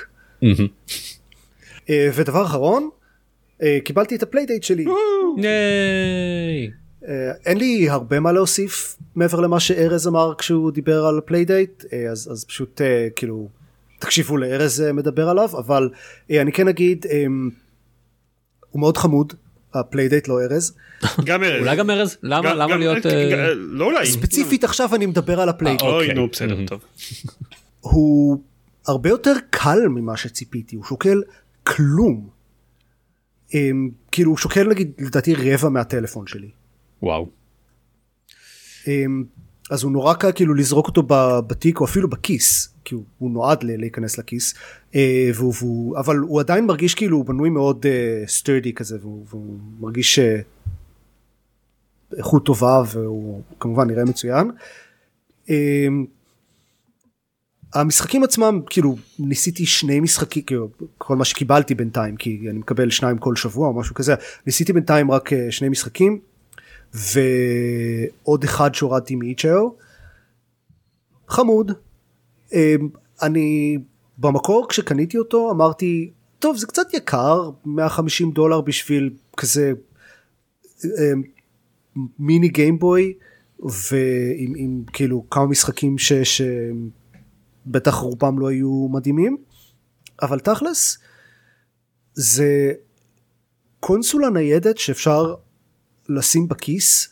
ודבר אחרון, קיבלתי את הפליידייט שלי. ייי! אין לי הרבה מה להוסיף מעבר למה שארז אמר כשהוא דיבר על פליידייט, אז פשוט כאילו תקשיבו לארז מדבר עליו, אבל אני כן אגיד, הוא מאוד חמוד, הפליידייט, לא ארז. גם ארז. אולי גם ארז? למה להיות... לא אולי. ספציפית עכשיו אני מדבר על הפליידייט. אוי, נו, בסדר, טוב. הוא הרבה יותר קל ממה שציפיתי, הוא שוקל כלום. כאילו הוא שוקל נגיד לדעתי רבע מהטלפון שלי. וואו. אז הוא נורא קל כאילו לזרוק אותו בתיק או אפילו בכיס, כי הוא נועד להיכנס לכיס, אבל הוא עדיין מרגיש כאילו הוא בנוי מאוד סטרדי כזה, והוא מרגיש איכות טובה, והוא כמובן נראה מצוין. המשחקים עצמם, כאילו ניסיתי 2 משחקים, כאילו, כל מה שקיבלתי בינתיים, כי אני מקבל 2 כל שבוע או משהו כזה, ניסיתי בינתיים רק 2 משחקים, ועוד אחד שהורדתי מ-itch.io, חמוד. אני במקור כשקניתי אותו אמרתי, טוב זה קצת יקר, $150 בשביל כזה מיני גיימבוי, ועם כאילו כמה משחקים שבטח רובם לא היו מדהימים, אבל תכלס, זה קונסולה ניידת שאפשר לשים בכיס,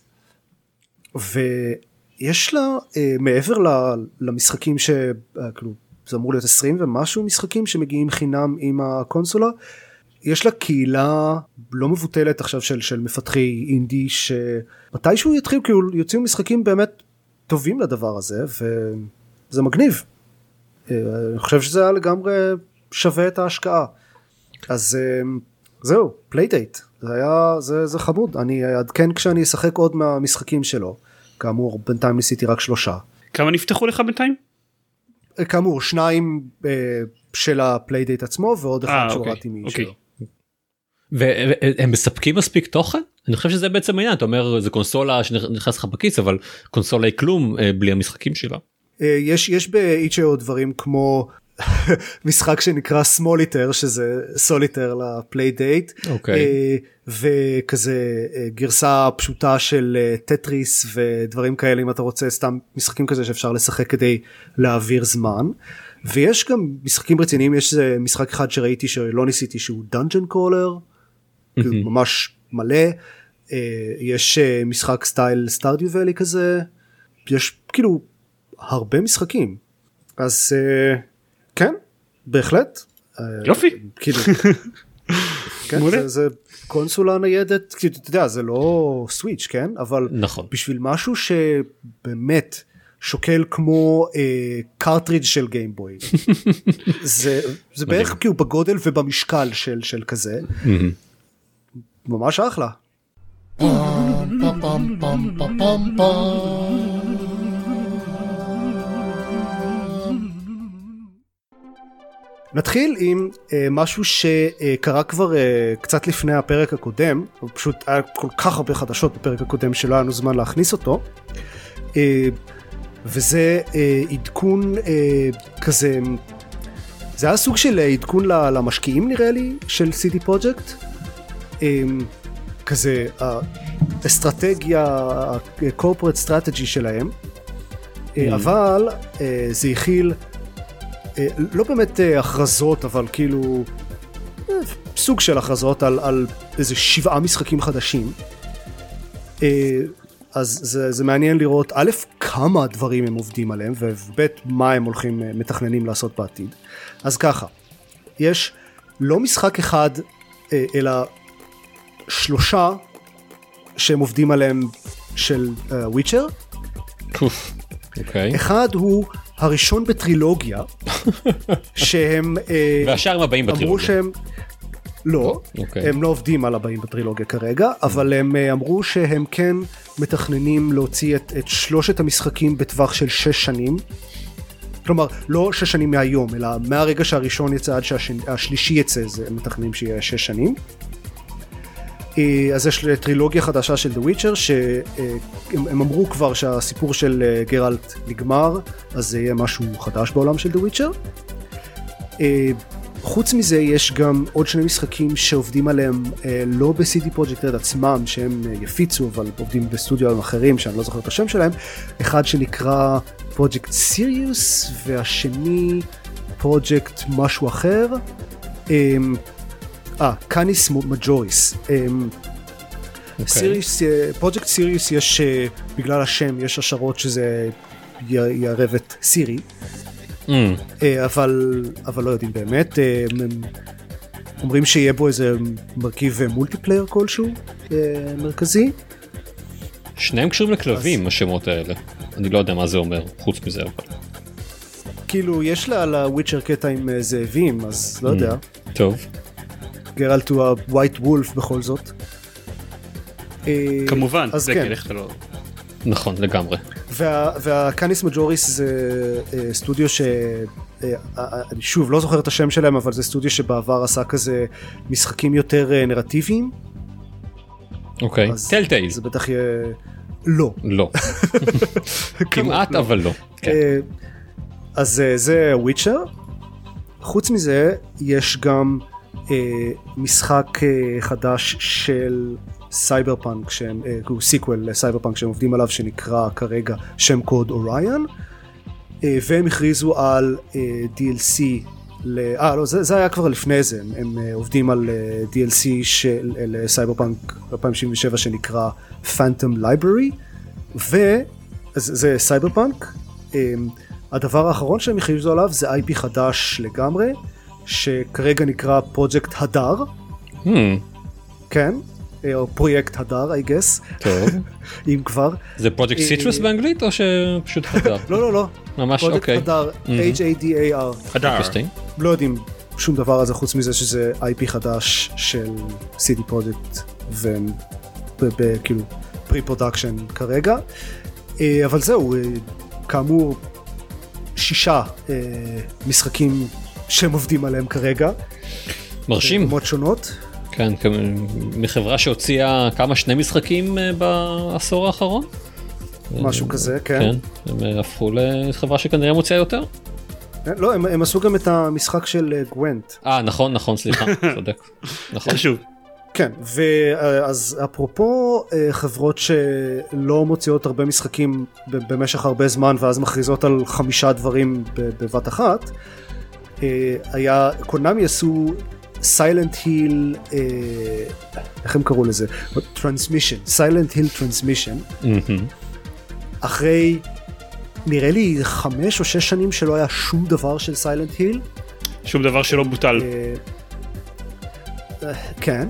ויש לה מעבר למשחקים כאילו זה אמור להיות 20 ומשהו משחקים שמגיעים חינם עם הקונסולה, יש לה קהילה לא מבוטלת עכשיו של מפתחי אינדי, שמתישהו יתחיל, כאילו יוצאו משחקים באמת טובים לדבר הזה, וזה מגניב. אני חושב שזה היה לגמרי שווה את ההשקעה. אז זהו, פליידייט. זה חמוד. אני אעדכן כשאני אשחק עוד מהמשחקים שלו. כאמור, בינתיים ניסיתי רק 3. כמה נפתחו לך בינתיים? כאמור, 2 של הפליידייט עצמו, ועוד 1 שהורדתי משלו. והם מספקים מספיק תוכן? אני חושב שזה בעצם העניין, אתה אומר זה קונסולה שנכנס לך בכיס, אבל קונסולה היא כלום בלי המשחקים שלה. יש ב-itch.io דברים כמו משחק שנקרא סמוליטר, שזה סוליטר לפליידייט, וכזה גרסה פשוטה של טטריס ודברים כאלה, אם אתה רוצה סתם משחקים כזה שאפשר לשחק כדי להעביר זמן. ויש גם משחקים רציניים, יש משחק אחד שראיתי שלא ניסיתי שהוא דאנג'ן קרולר, ממש מלא, יש משחק סטייל סטארדיו ואלי כזה, יש כאילו הרבה משחקים, אז כן, בהחלט. יופי. כאילו, כן, זה קונסולה ניידת, כאילו, אתה יודע, זה לא סוויץ', כן? אבל נכון. בשביל משהו שבאמת שוקל כמו קארטרידג' של גיימבוי. זה בערך כאילו בגודל ובמשקל של כזה. ממש אחלה. נתחיל עם משהו שקרה כבר קצת לפני הפרק הקודם, פשוט היה כל כך הרבה חדשות בפרק הקודם שלא היה לנו זמן להכניס אותו, וזה עדכון כזה, זה היה סוג של עדכון למשקיעים נראה לי, של CD Projekt, כזה האסטרטגיה, ה-corporate strategy שלהם, אבל זה הכיל לא באמת הכרזות, אבל כאילו סוג של הכרזות על איזה 7 משחקים חדשים. אז זה מעניין לראות א', כמה דברים הם עובדים עליהם, וב', מה הם הולכים מתכננים לעשות בעתיד. אז ככה, יש לא משחק אחד, אלא 3 שהם עובדים עליהם של וויצ'ר. אחד הוא הראשון בטרילוגיה, שהם והשאר הבאים בטרילוגיה. שהם לא, הם לא עובדים על הבאים בטרילוגיה כרגע, אבל הם אמרו שהם כן מתכננים להוציא את 3 המשחקים בטווח של 6 שנים, כלומר לא 6 שנים מהיום, אלא מהרגע שהראשון יצא עד שהשלישי יצא, הם מתכננים שיהיה 6 שנים. אז יש טרילוגיה חדשה של The Witcher, שהם אמרו כבר שהסיפור של גרלט נגמר, אז זה יהיה משהו חדש בעולם של The Witcher. חוץ מזה יש גם עוד 2 משחקים שעובדים עליהם לא ב-CD Projekt Red עצמם, שהם יפיצו, אבל עובדים בסטודיו אחרים שאני לא זוכר את השם שלהם, אחד שנקרא Project Sirius, והשני Project משהו אחר, קאניס מג'וריס. פרויקט סיריוס יש, בגלל השם יש השערות שזה יערב את סירי, אבל לא יודעים באמת. אומרים שיהיה בו איזה מרכיב מולטיפלייר כלשהו מרכזי. שניהם קשורים לכלבים, השמות האלה. אני לא יודע מה זה אומר חוץ מזה, אבל כאילו יש לה לוויצ'ר קטע עם זאבים, אז לא יודע. טוב. גרלט הוא הווייט וולף בכל זאת. כמובן, זה כן. נכון, לגמרי. והקאניס מג'וריס זה סטודיו אני שוב לא זוכר את השם שלהם, אבל זה סטודיו שבעבר עשה כזה משחקים יותר נרטיביים. אוקיי, טלטייל. זה בטח יהיה... לא. לא. כמעט, אבל לא. אז זה וויצ'ר. חוץ מזה, יש גם משחק חדש של סייבר פאנק, הוא סיקוול לסייבר פאנק שהם עובדים עליו, שנקרא כרגע שם קוד אוריון, והם הכריזו על DLC לא, זה היה כבר לפני זה, הם עובדים על DLC של סייברפאנק 2077 שנקרא Phantom Library, וזה סייברפאנק. הדבר האחרון שהם הכריזו עליו זה IP חדש לגמרי, שכרגע נקרא פרויקט הדר. כן, או פרויקט הדר, I guess. טוב. אם כבר. זה פרויקט סיטרוס באנגלית או שפשוט הדר? לא. ממש, אוקיי. פרויקט הדר, H-A-D-A-R. הדר. לא יודעים שום דבר על זה חוץ מזה שזה IP חדש של CD Projekt וכאילו פרי-פרודקשן כרגע. אבל זהו, כאמור 6 משחקים שהם עובדים עליהם כרגע. מרשים. במות שונות. כן, מחברה שהוציאה כמה 2 משחקים בעשור האחרון? משהו כזה, כן. כן, הם הפכו לחברה שכנראה מוציאה יותר? לא, הם עשו גם את המשחק של גוונט. נכון, סליחה, צודק. נכון. חשוב. כן, ואז אפרופו חברות שלא מוציאות הרבה משחקים במשך הרבה זמן ואז מכריזות על 5 דברים בבת אחת, קונאמי עשו סיילנט היל, איך הם קראו לזה? טרנסמישן, סיילנט היל טרנסמישן, אחרי נראה לי 5 או 6 שנים שלא היה שום דבר של סיילנט היל. שום דבר שלא בוטל. כן.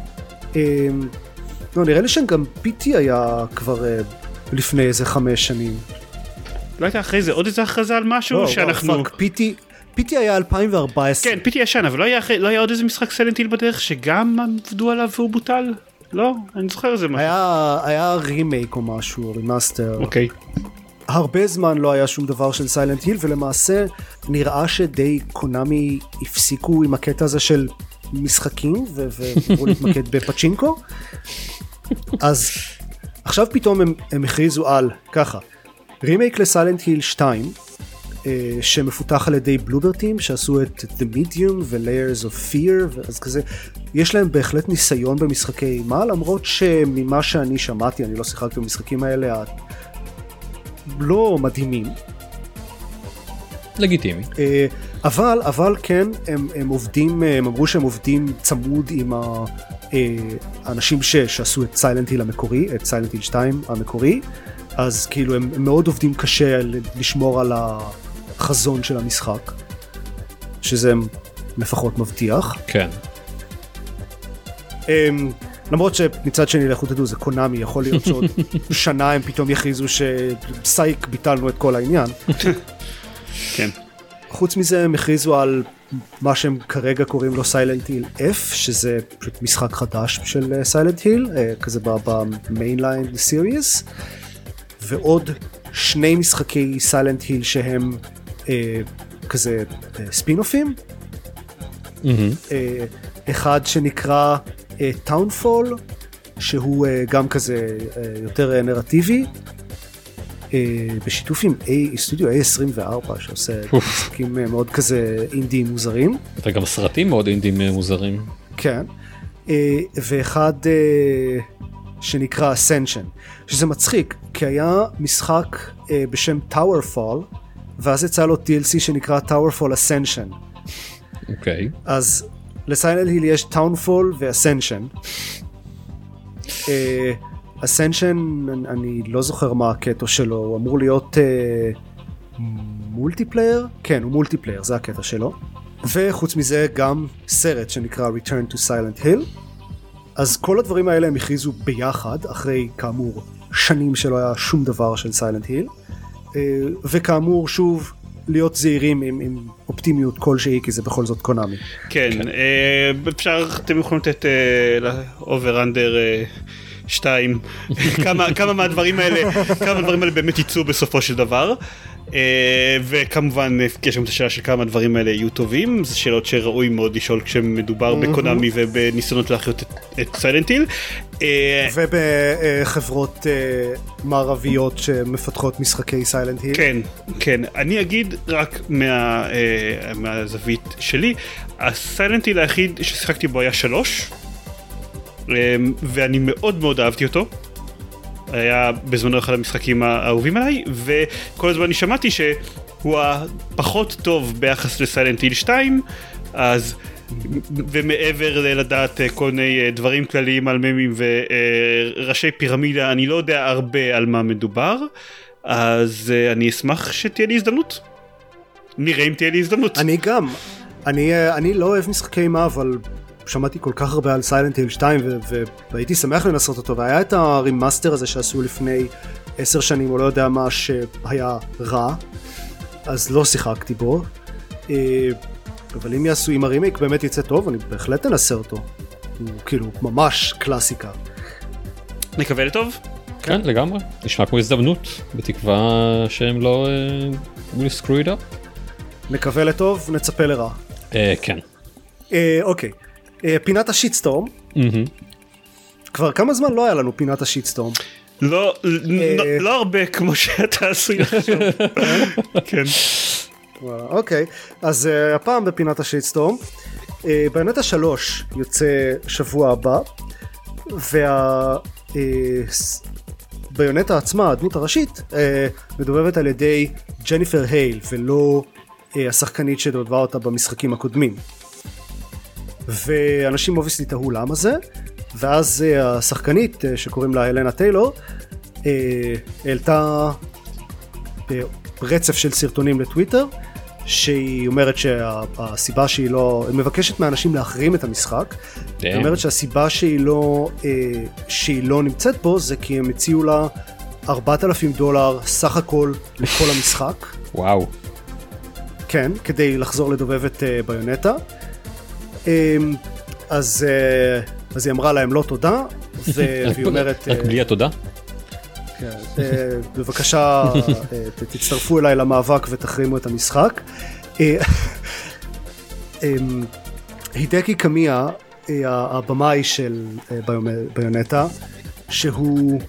לא, נראה לי שגם PT היה כבר לפני איזה 5 שנים. לא הייתה אחרי זה עוד איזה הכרזה על משהו שאנחנו... PT היה 2014. כן, PT ישן, אבל לא היה עוד איזה משחק סיילנט היל בדרך שגם עבדו עליו והוא בוטל? לא, אני זוכר איזה משהו. היה רימייק או משהו, רימאסטר. אוקיי. הרבה זמן לא היה שום דבר של סיילנט היל, ולמעשה נראה שדי קונאמי הפסיקו עם הקטע הזה של משחקים, ובואו להתמקד בפצ'ינקו. אז עכשיו פתאום הם הכריזו על ככה, רימייק לסיילנט היל 2, שמפותח על ידי בלובר טים, שעשו את The Medium ו-Layers of Fear, אז כזה, יש להם בהחלט ניסיון במשחקי אימה, למרות שממה שאני שמעתי, אני לא שיחקתי במשחקים האלה, לא מדהימים. לגיטימי. אבל כן, הם עובדים, הם אמרו שהם עובדים צמוד עם האנשים שעשו את סיילנט היל המקורי, את סיילנט היל 2 המקורי, אז כאילו הם מאוד עובדים קשה לשמור על החזון של המשחק, שזה לפחות מבטיח. כן. למרות שמצד שני, לכו תדעו, זה קונאמי, יכול להיות שעוד שנה הם פתאום יכריזו שסייק ביטלנו את כל העניין. כן. חוץ מזה הם הכריזו על מה שהם כרגע קוראים לו סיילנט היל F, שזה פשוט משחק חדש של סיילנט היל, כזה במיינליין סיריוס, ועוד 2 משחקי סיילנט היל שהם כזה ספינופים. אחד שנקרא טאונפול, שהוא גם כזה יותר נרטיבי, בשיתוף עם סטודיו A24 שעושה משחקים מאוד כזה אינדיים מוזרים. וגם סרטים מאוד אינדיים מוזרים. כן. ואחד שנקרא Ascension, שזה מצחיק, כי היה משחק בשם Towerfall, ואז יצא לו DLC שנקרא Towerfall Ascension. אוקיי. אז לסיילנט היל יש Townfall ו-Ascension. Ascension, אני לא זוכר מה הקטע שלו, הוא אמור להיות מולטיפלייר? כן, הוא מולטיפלייר, זה הקטע שלו. וחוץ מזה גם סרט שנקרא Return to Silent Hill. אז כל הדברים האלה הם הכריזו ביחד, אחרי כאמור שנים שלא היה שום דבר של סיילנט היל. וכאמור שוב, להיות זהירים עם אופטימיות כלשהי, כי זה בכל זאת קונאמי. כן, אפשר, אתם יכולים לתת אובר-אנדר 2, כמה מהדברים האלה באמת ייצאו בסופו של דבר, וכמובן יש גם את השאלה של כמה הדברים האלה יהיו טובים, זה שאלות שראוי מאוד לשאול כשמדובר בקונאמי ובניסיונות להחיות את סיילנט היל. ובחברות מערביות שמפתחות משחקי סיילנט היל. כן, כן, אני אגיד רק מהזווית שלי, הסיילנט היל היחיד ששיחקתי בו היה 3, ואני מאוד מאוד אהבתי אותו, היה בזמנו אחד המשחקים האהובים עליי, וכל הזמן אני שמעתי הוא הפחות טוב ביחס לסיילנט היל 2, אז ומעבר לדעת כל מיני דברים כלליים על ממים וראשי פירמידה, אני לא יודע הרבה על מה מדובר, אז אני אשמח שתהיה לי הזדמנות. נראה אם תהיה לי הזדמנות. אני גם, אני לא אוהב משחקי אימה, אבל שמעתי כל כך הרבה על סיילנט היל 2 והייתי שמח לנסות אותו, והיה את הרימאסטר הזה שעשו לפני 10 שנים או לא יודע מה, שהיה רע, אז לא שיחקתי בו, אבל אם יעשו עם הרימייק באמת יצא טוב, אני בהחלט אנסה אותו, הוא כאילו ממש קלאסיקה. נקווה לטוב? כן, לגמרי, נשמע כמו הזדמנות, בתקווה שהם לא will screw it up. נקווה לטוב, נצפה לרע. כן. אוקיי, פינת השיטסטורם. כבר כמה זמן לא היה לנו פינת השיטסטורם? לא הרבה כמו שאתה עשוי לחשוב. כן. אוקיי, אז הפעם בפינת השיטסטורם, ביונטה 3 יוצא שבוע הבא, והביונטה עצמה, הדמות הראשית, מדובבת על ידי ג'ניפר הייל, ולא השחקנית שדובבה אותה במשחקים הקודמים. ואנשים אובייסלי תהו למה זה, ואז השחקנית שקוראים לה הלנה טיילור העלתה רצף של סרטונים לטוויטר, שהיא אומרת שהסיבה שהיא לא, מבקשת מאנשים להחרים את המשחק, היא אומרת שהסיבה שהיא לא נמצאת פה זה כי הם הציעו לה $4,000 סך הכל לכל המשחק. וואו. כן, כדי לחזור לדובב את ביונטה. אז היא אמרה להם לא תודה, והיא אומרת... רק בלי התודה? בבקשה, תצטרפו אליי למאבק ותחרימו את המשחק. הידקי קמיה, הבמאי של ביונטה, שהוא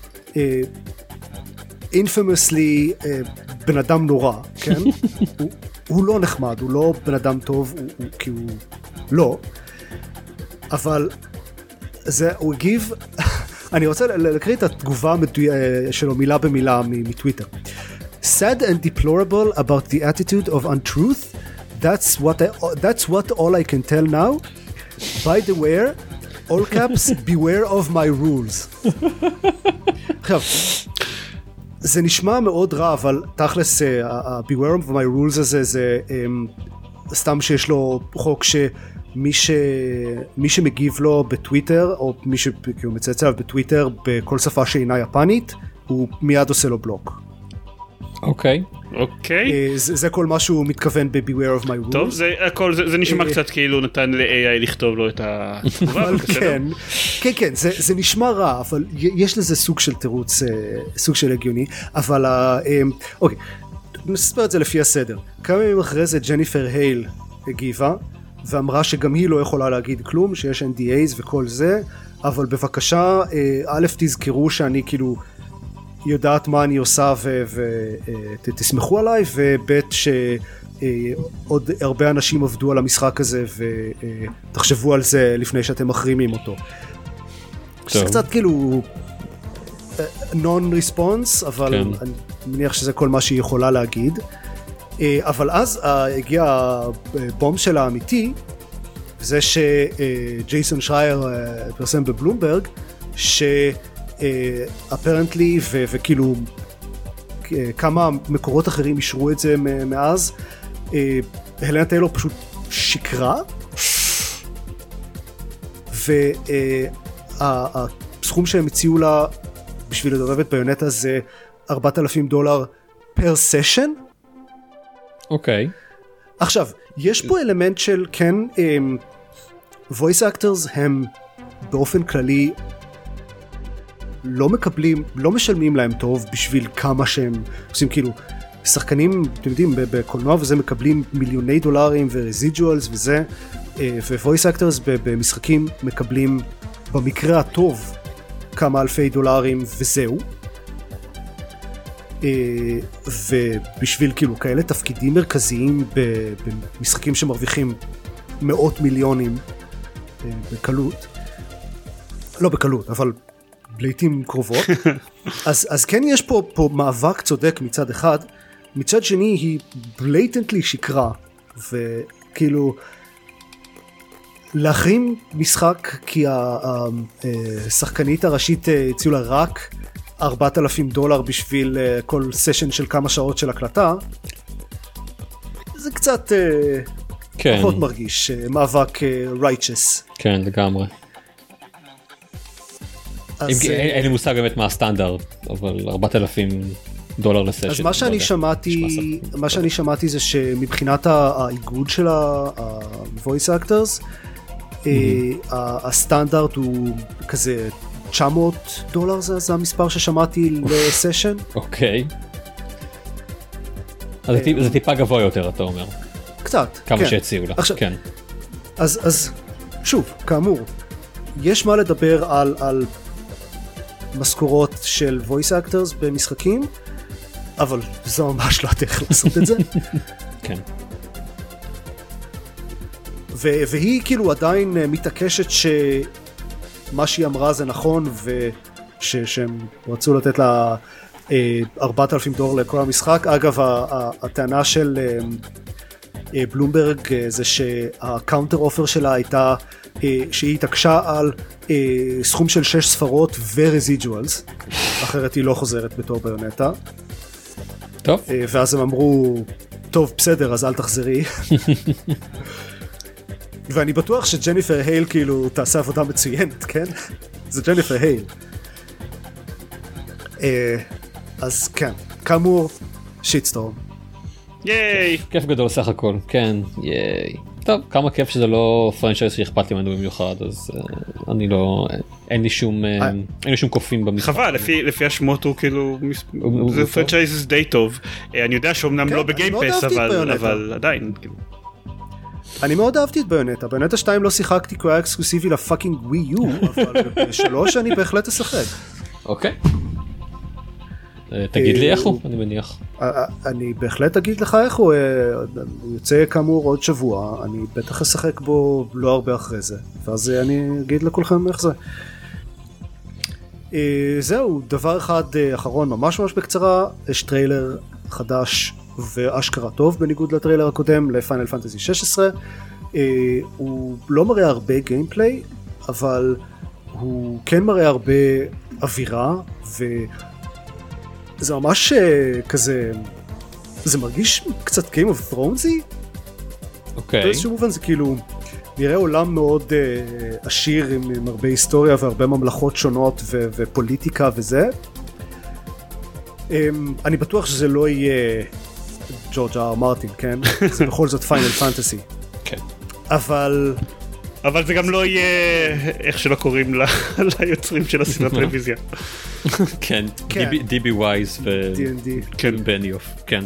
infamously בן אדם נורא, כן? הוא לא נחמד, הוא לא בן אדם טוב, כי הוא לא, אבל הוא הגיב, אני רוצה להקריא את התגובה שלו מילה במילה מטוויטר. Sad and deplorable about the attitude of untruth, that's what all I can tell now. By the way, all caps, beware of my rules. עכשיו, זה נשמע מאוד רע, אבל תכלס, ה-beware of my rules הזה, זה סתם שיש לו חוק שמי שמגיב לו בטוויטר, או מי שמצייץ עליו בטוויטר, בכל שפה שאינה יפנית, הוא מיד עושה לו בלוק. אוקיי. זה כל מה שהוא מתכוון ב-beware of my rules. טוב, זה נשמע קצת כאילו נתן ל-AI לכתוב לו את התגובה. כן, זה נשמע רע, אבל יש לזה סוג של תירוץ, סוג של הגיוני, אבל אוקיי, נספר את זה לפי הסדר. כמה ימים אחרי זה ג'ניפר הייל הגיבה, ואמרה שגם היא לא יכולה להגיד כלום, שיש NDAs וכל זה, אבל בבקשה, א' תזכרו שאני כאילו יודעת מה אני עושה ותסמכו עליי, וב' שעוד הרבה אנשים עבדו על המשחק הזה ותחשבו על זה לפני שאתם מחרימים אותו. זה קצת כאילו non-response, אבל אני מניח שזה כל מה שהיא יכולה להגיד. אבל אז הגיע הבום שלה האמיתי, זה שג'ייסון שרייר פרסם בבלומברג, apparently וכאילו כמה מקורות אחרים אישרו את זה מאז, הלנה טיילור פשוט שקרה, והסכום שהם הציעו לה בשביל לדובב את ביונטה זה $4,000 פר סשן. אוקיי. עכשיו, יש פה אלמנט של כן, voice actors הם באופן כללי לא מקבלים, לא משלמים להם טוב בשביל כמה שהם עושים, כאילו שחקנים, אתם יודעים, בקולנוע וזה מקבלים $מיליוני ורזידואלס וזה, ו-voice actors במשחקים מקבלים במקרה הטוב כמה $אלפי וזהו. ובשביל כאילו כאלה תפקידים מרכזיים במשחקים שמרוויחים מאות מיליונים בקלות, לא בקלות אבל לעתים קרובות, אז כן יש פה מאבק צודק מצד אחד מצד שני היא בלייטנטלי שקרה, וכאילו להחרים משחק כי השחקנית הראשית הציעו לה רק $4,000 בשביל כל סשן של כמה שעות של הקלטה, זה קצת פחות מרגיש מאבק righteous. כן, לגמרי. אין לי מושג באמת מה הסטנדרט, אבל $4,000 לסשן. אז מה שאני שמעתי זה שמבחינת האיגוד של ה-voice actors, הסטנדרט הוא כזה $900, זה המספר ששמעתי לסשן. אוקיי. אז זה טיפה גבוה יותר, אתה אומר. קצת, כמה שהציעו לה, כן. אז שוב, כאמור, יש מה לדבר על משכורות של voice actors במשחקים, אבל זו ממש לא הדרך לעשות את זה. כן. והיא כאילו עדיין מתעקשת שמה שהיא אמרה זה נכון, ושהם רצו לתת לה $4,000 לכל המשחק. אגב, הטענה של בלומברג זה שהקאונטר אופר שלה הייתה שהיא התעקשה על סכום של 6 ספרות ורזידואלס, אחרת היא לא חוזרת בתור ביונטה. טוב. ואז הם אמרו, טוב בסדר אז אל תחזרי. ואני בטוח שג'ניפר הייל כאילו תעשה עבודה מצוינת, כן? זה ג'ניפר הייל. אז כן, כאמור, שיטסטורם. ייי! כיף גדול סך הכל, כן, ייי. טוב, כמה כיף שזה לא פרנצ'ייז שאכפת לי ממנו במיוחד, אז אני לא, אין לי שום קופים במשחק. חבל, לפי השמות הוא כאילו, זה פרנצ'ייז די טוב. אני יודע שאומנם לא בגיימפס, אבל עדיין. אני מאוד אהבתי את ביונטה. ביונטה 2 לא שיחקתי כי הוא היה אקסקלוסיבי לפאקינג ווי יו, אבל ב3 אני בהחלט אשחק. אוקיי. תגיד לי איך הוא, אני מניח. אני בהחלט אגיד לך איך הוא, הוא יוצא כאמור עוד שבוע, אני בטח אשחק בו לא הרבה אחרי זה, ואז אני אגיד לכולכם איך זה. זהו, דבר אחד אחרון ממש בקצרה, יש טריילר חדש ואשכרה טוב בניגוד לטריילר הקודם לפיינל פנטזי 16. הוא לא מראה הרבה גיימפליי, אבל הוא כן מראה הרבה אווירה, וזה ממש כזה, זה מרגיש קצת Game of Thronesy. אוקיי. באיזשהו מובן זה כאילו נראה עולם מאוד עשיר עם הרבה היסטוריה והרבה ממלכות שונות ופוליטיקה וזה. אני בטוח שזה לא יהיה ג'ורג' אר מרטין, כן? זה בכל זאת פיינל פנטסי. כן. אבל זה גם לא יהיה איך שלא קוראים ליוצרים של הסדרת טלוויזיה. כן, דיבי ווייז ובניוף, כן.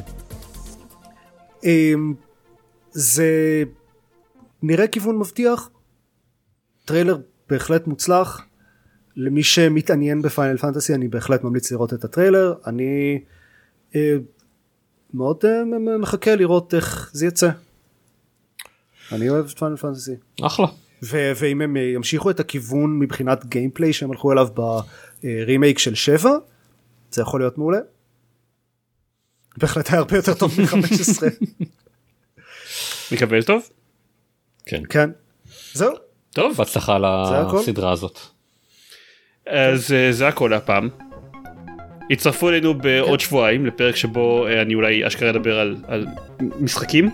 זה נראה כיוון מבטיח, טריילר בהחלט מוצלח, למי שמתעניין בפיינל פנטסי אני בהחלט ממליץ לראות את הטריילר, אני מאוד מחכה לראות איך זה יצא. אני אוהב את פיינל פנטסי. אחלה. ואם הם ימשיכו את הכיוון מבחינת גיימפליי שהם הלכו אליו ברימייק של 7, זה יכול להיות מעולה. בהחלט היה הרבה יותר טוב מ-15. מקבל טוב? כן. כן. זהו. טוב, בהצלחה לסדרה הזאת. אז זה הכל הפעם. הצטרפו אלינו בעוד שבועיים לפרק שבו אני אולי אשכרה אדבר על משחקים.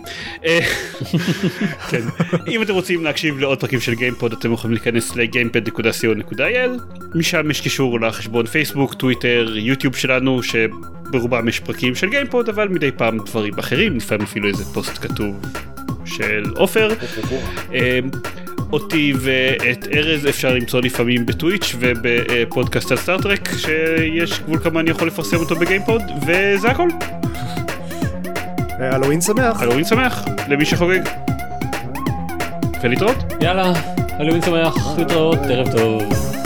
כן. אם אתם רוצים להקשיב לעוד פרקים של גיימפוד אתם יכולים להיכנס ל-gamepad.co.il, משם יש קישור לחשבון פייסבוק, טוויטר, יוטיוב שלנו שברובם יש פרקים של גיימפוד אבל מדי פעם דברים אחרים, לפעמים אפילו איזה פוסט כתוב של אופר. אותי ואת ארז אפשר למצוא לפעמים בטוויץ' ובפודקאסט על סטארטרק שיש גבול כמה אני יכול לפרסם אותו בגיימפוד, וזה הכל. הלווין שמח. הלווין שמח למי שחוגג. ולהתראות. יאללה, הלווין שמח, להתראות, ערב טוב.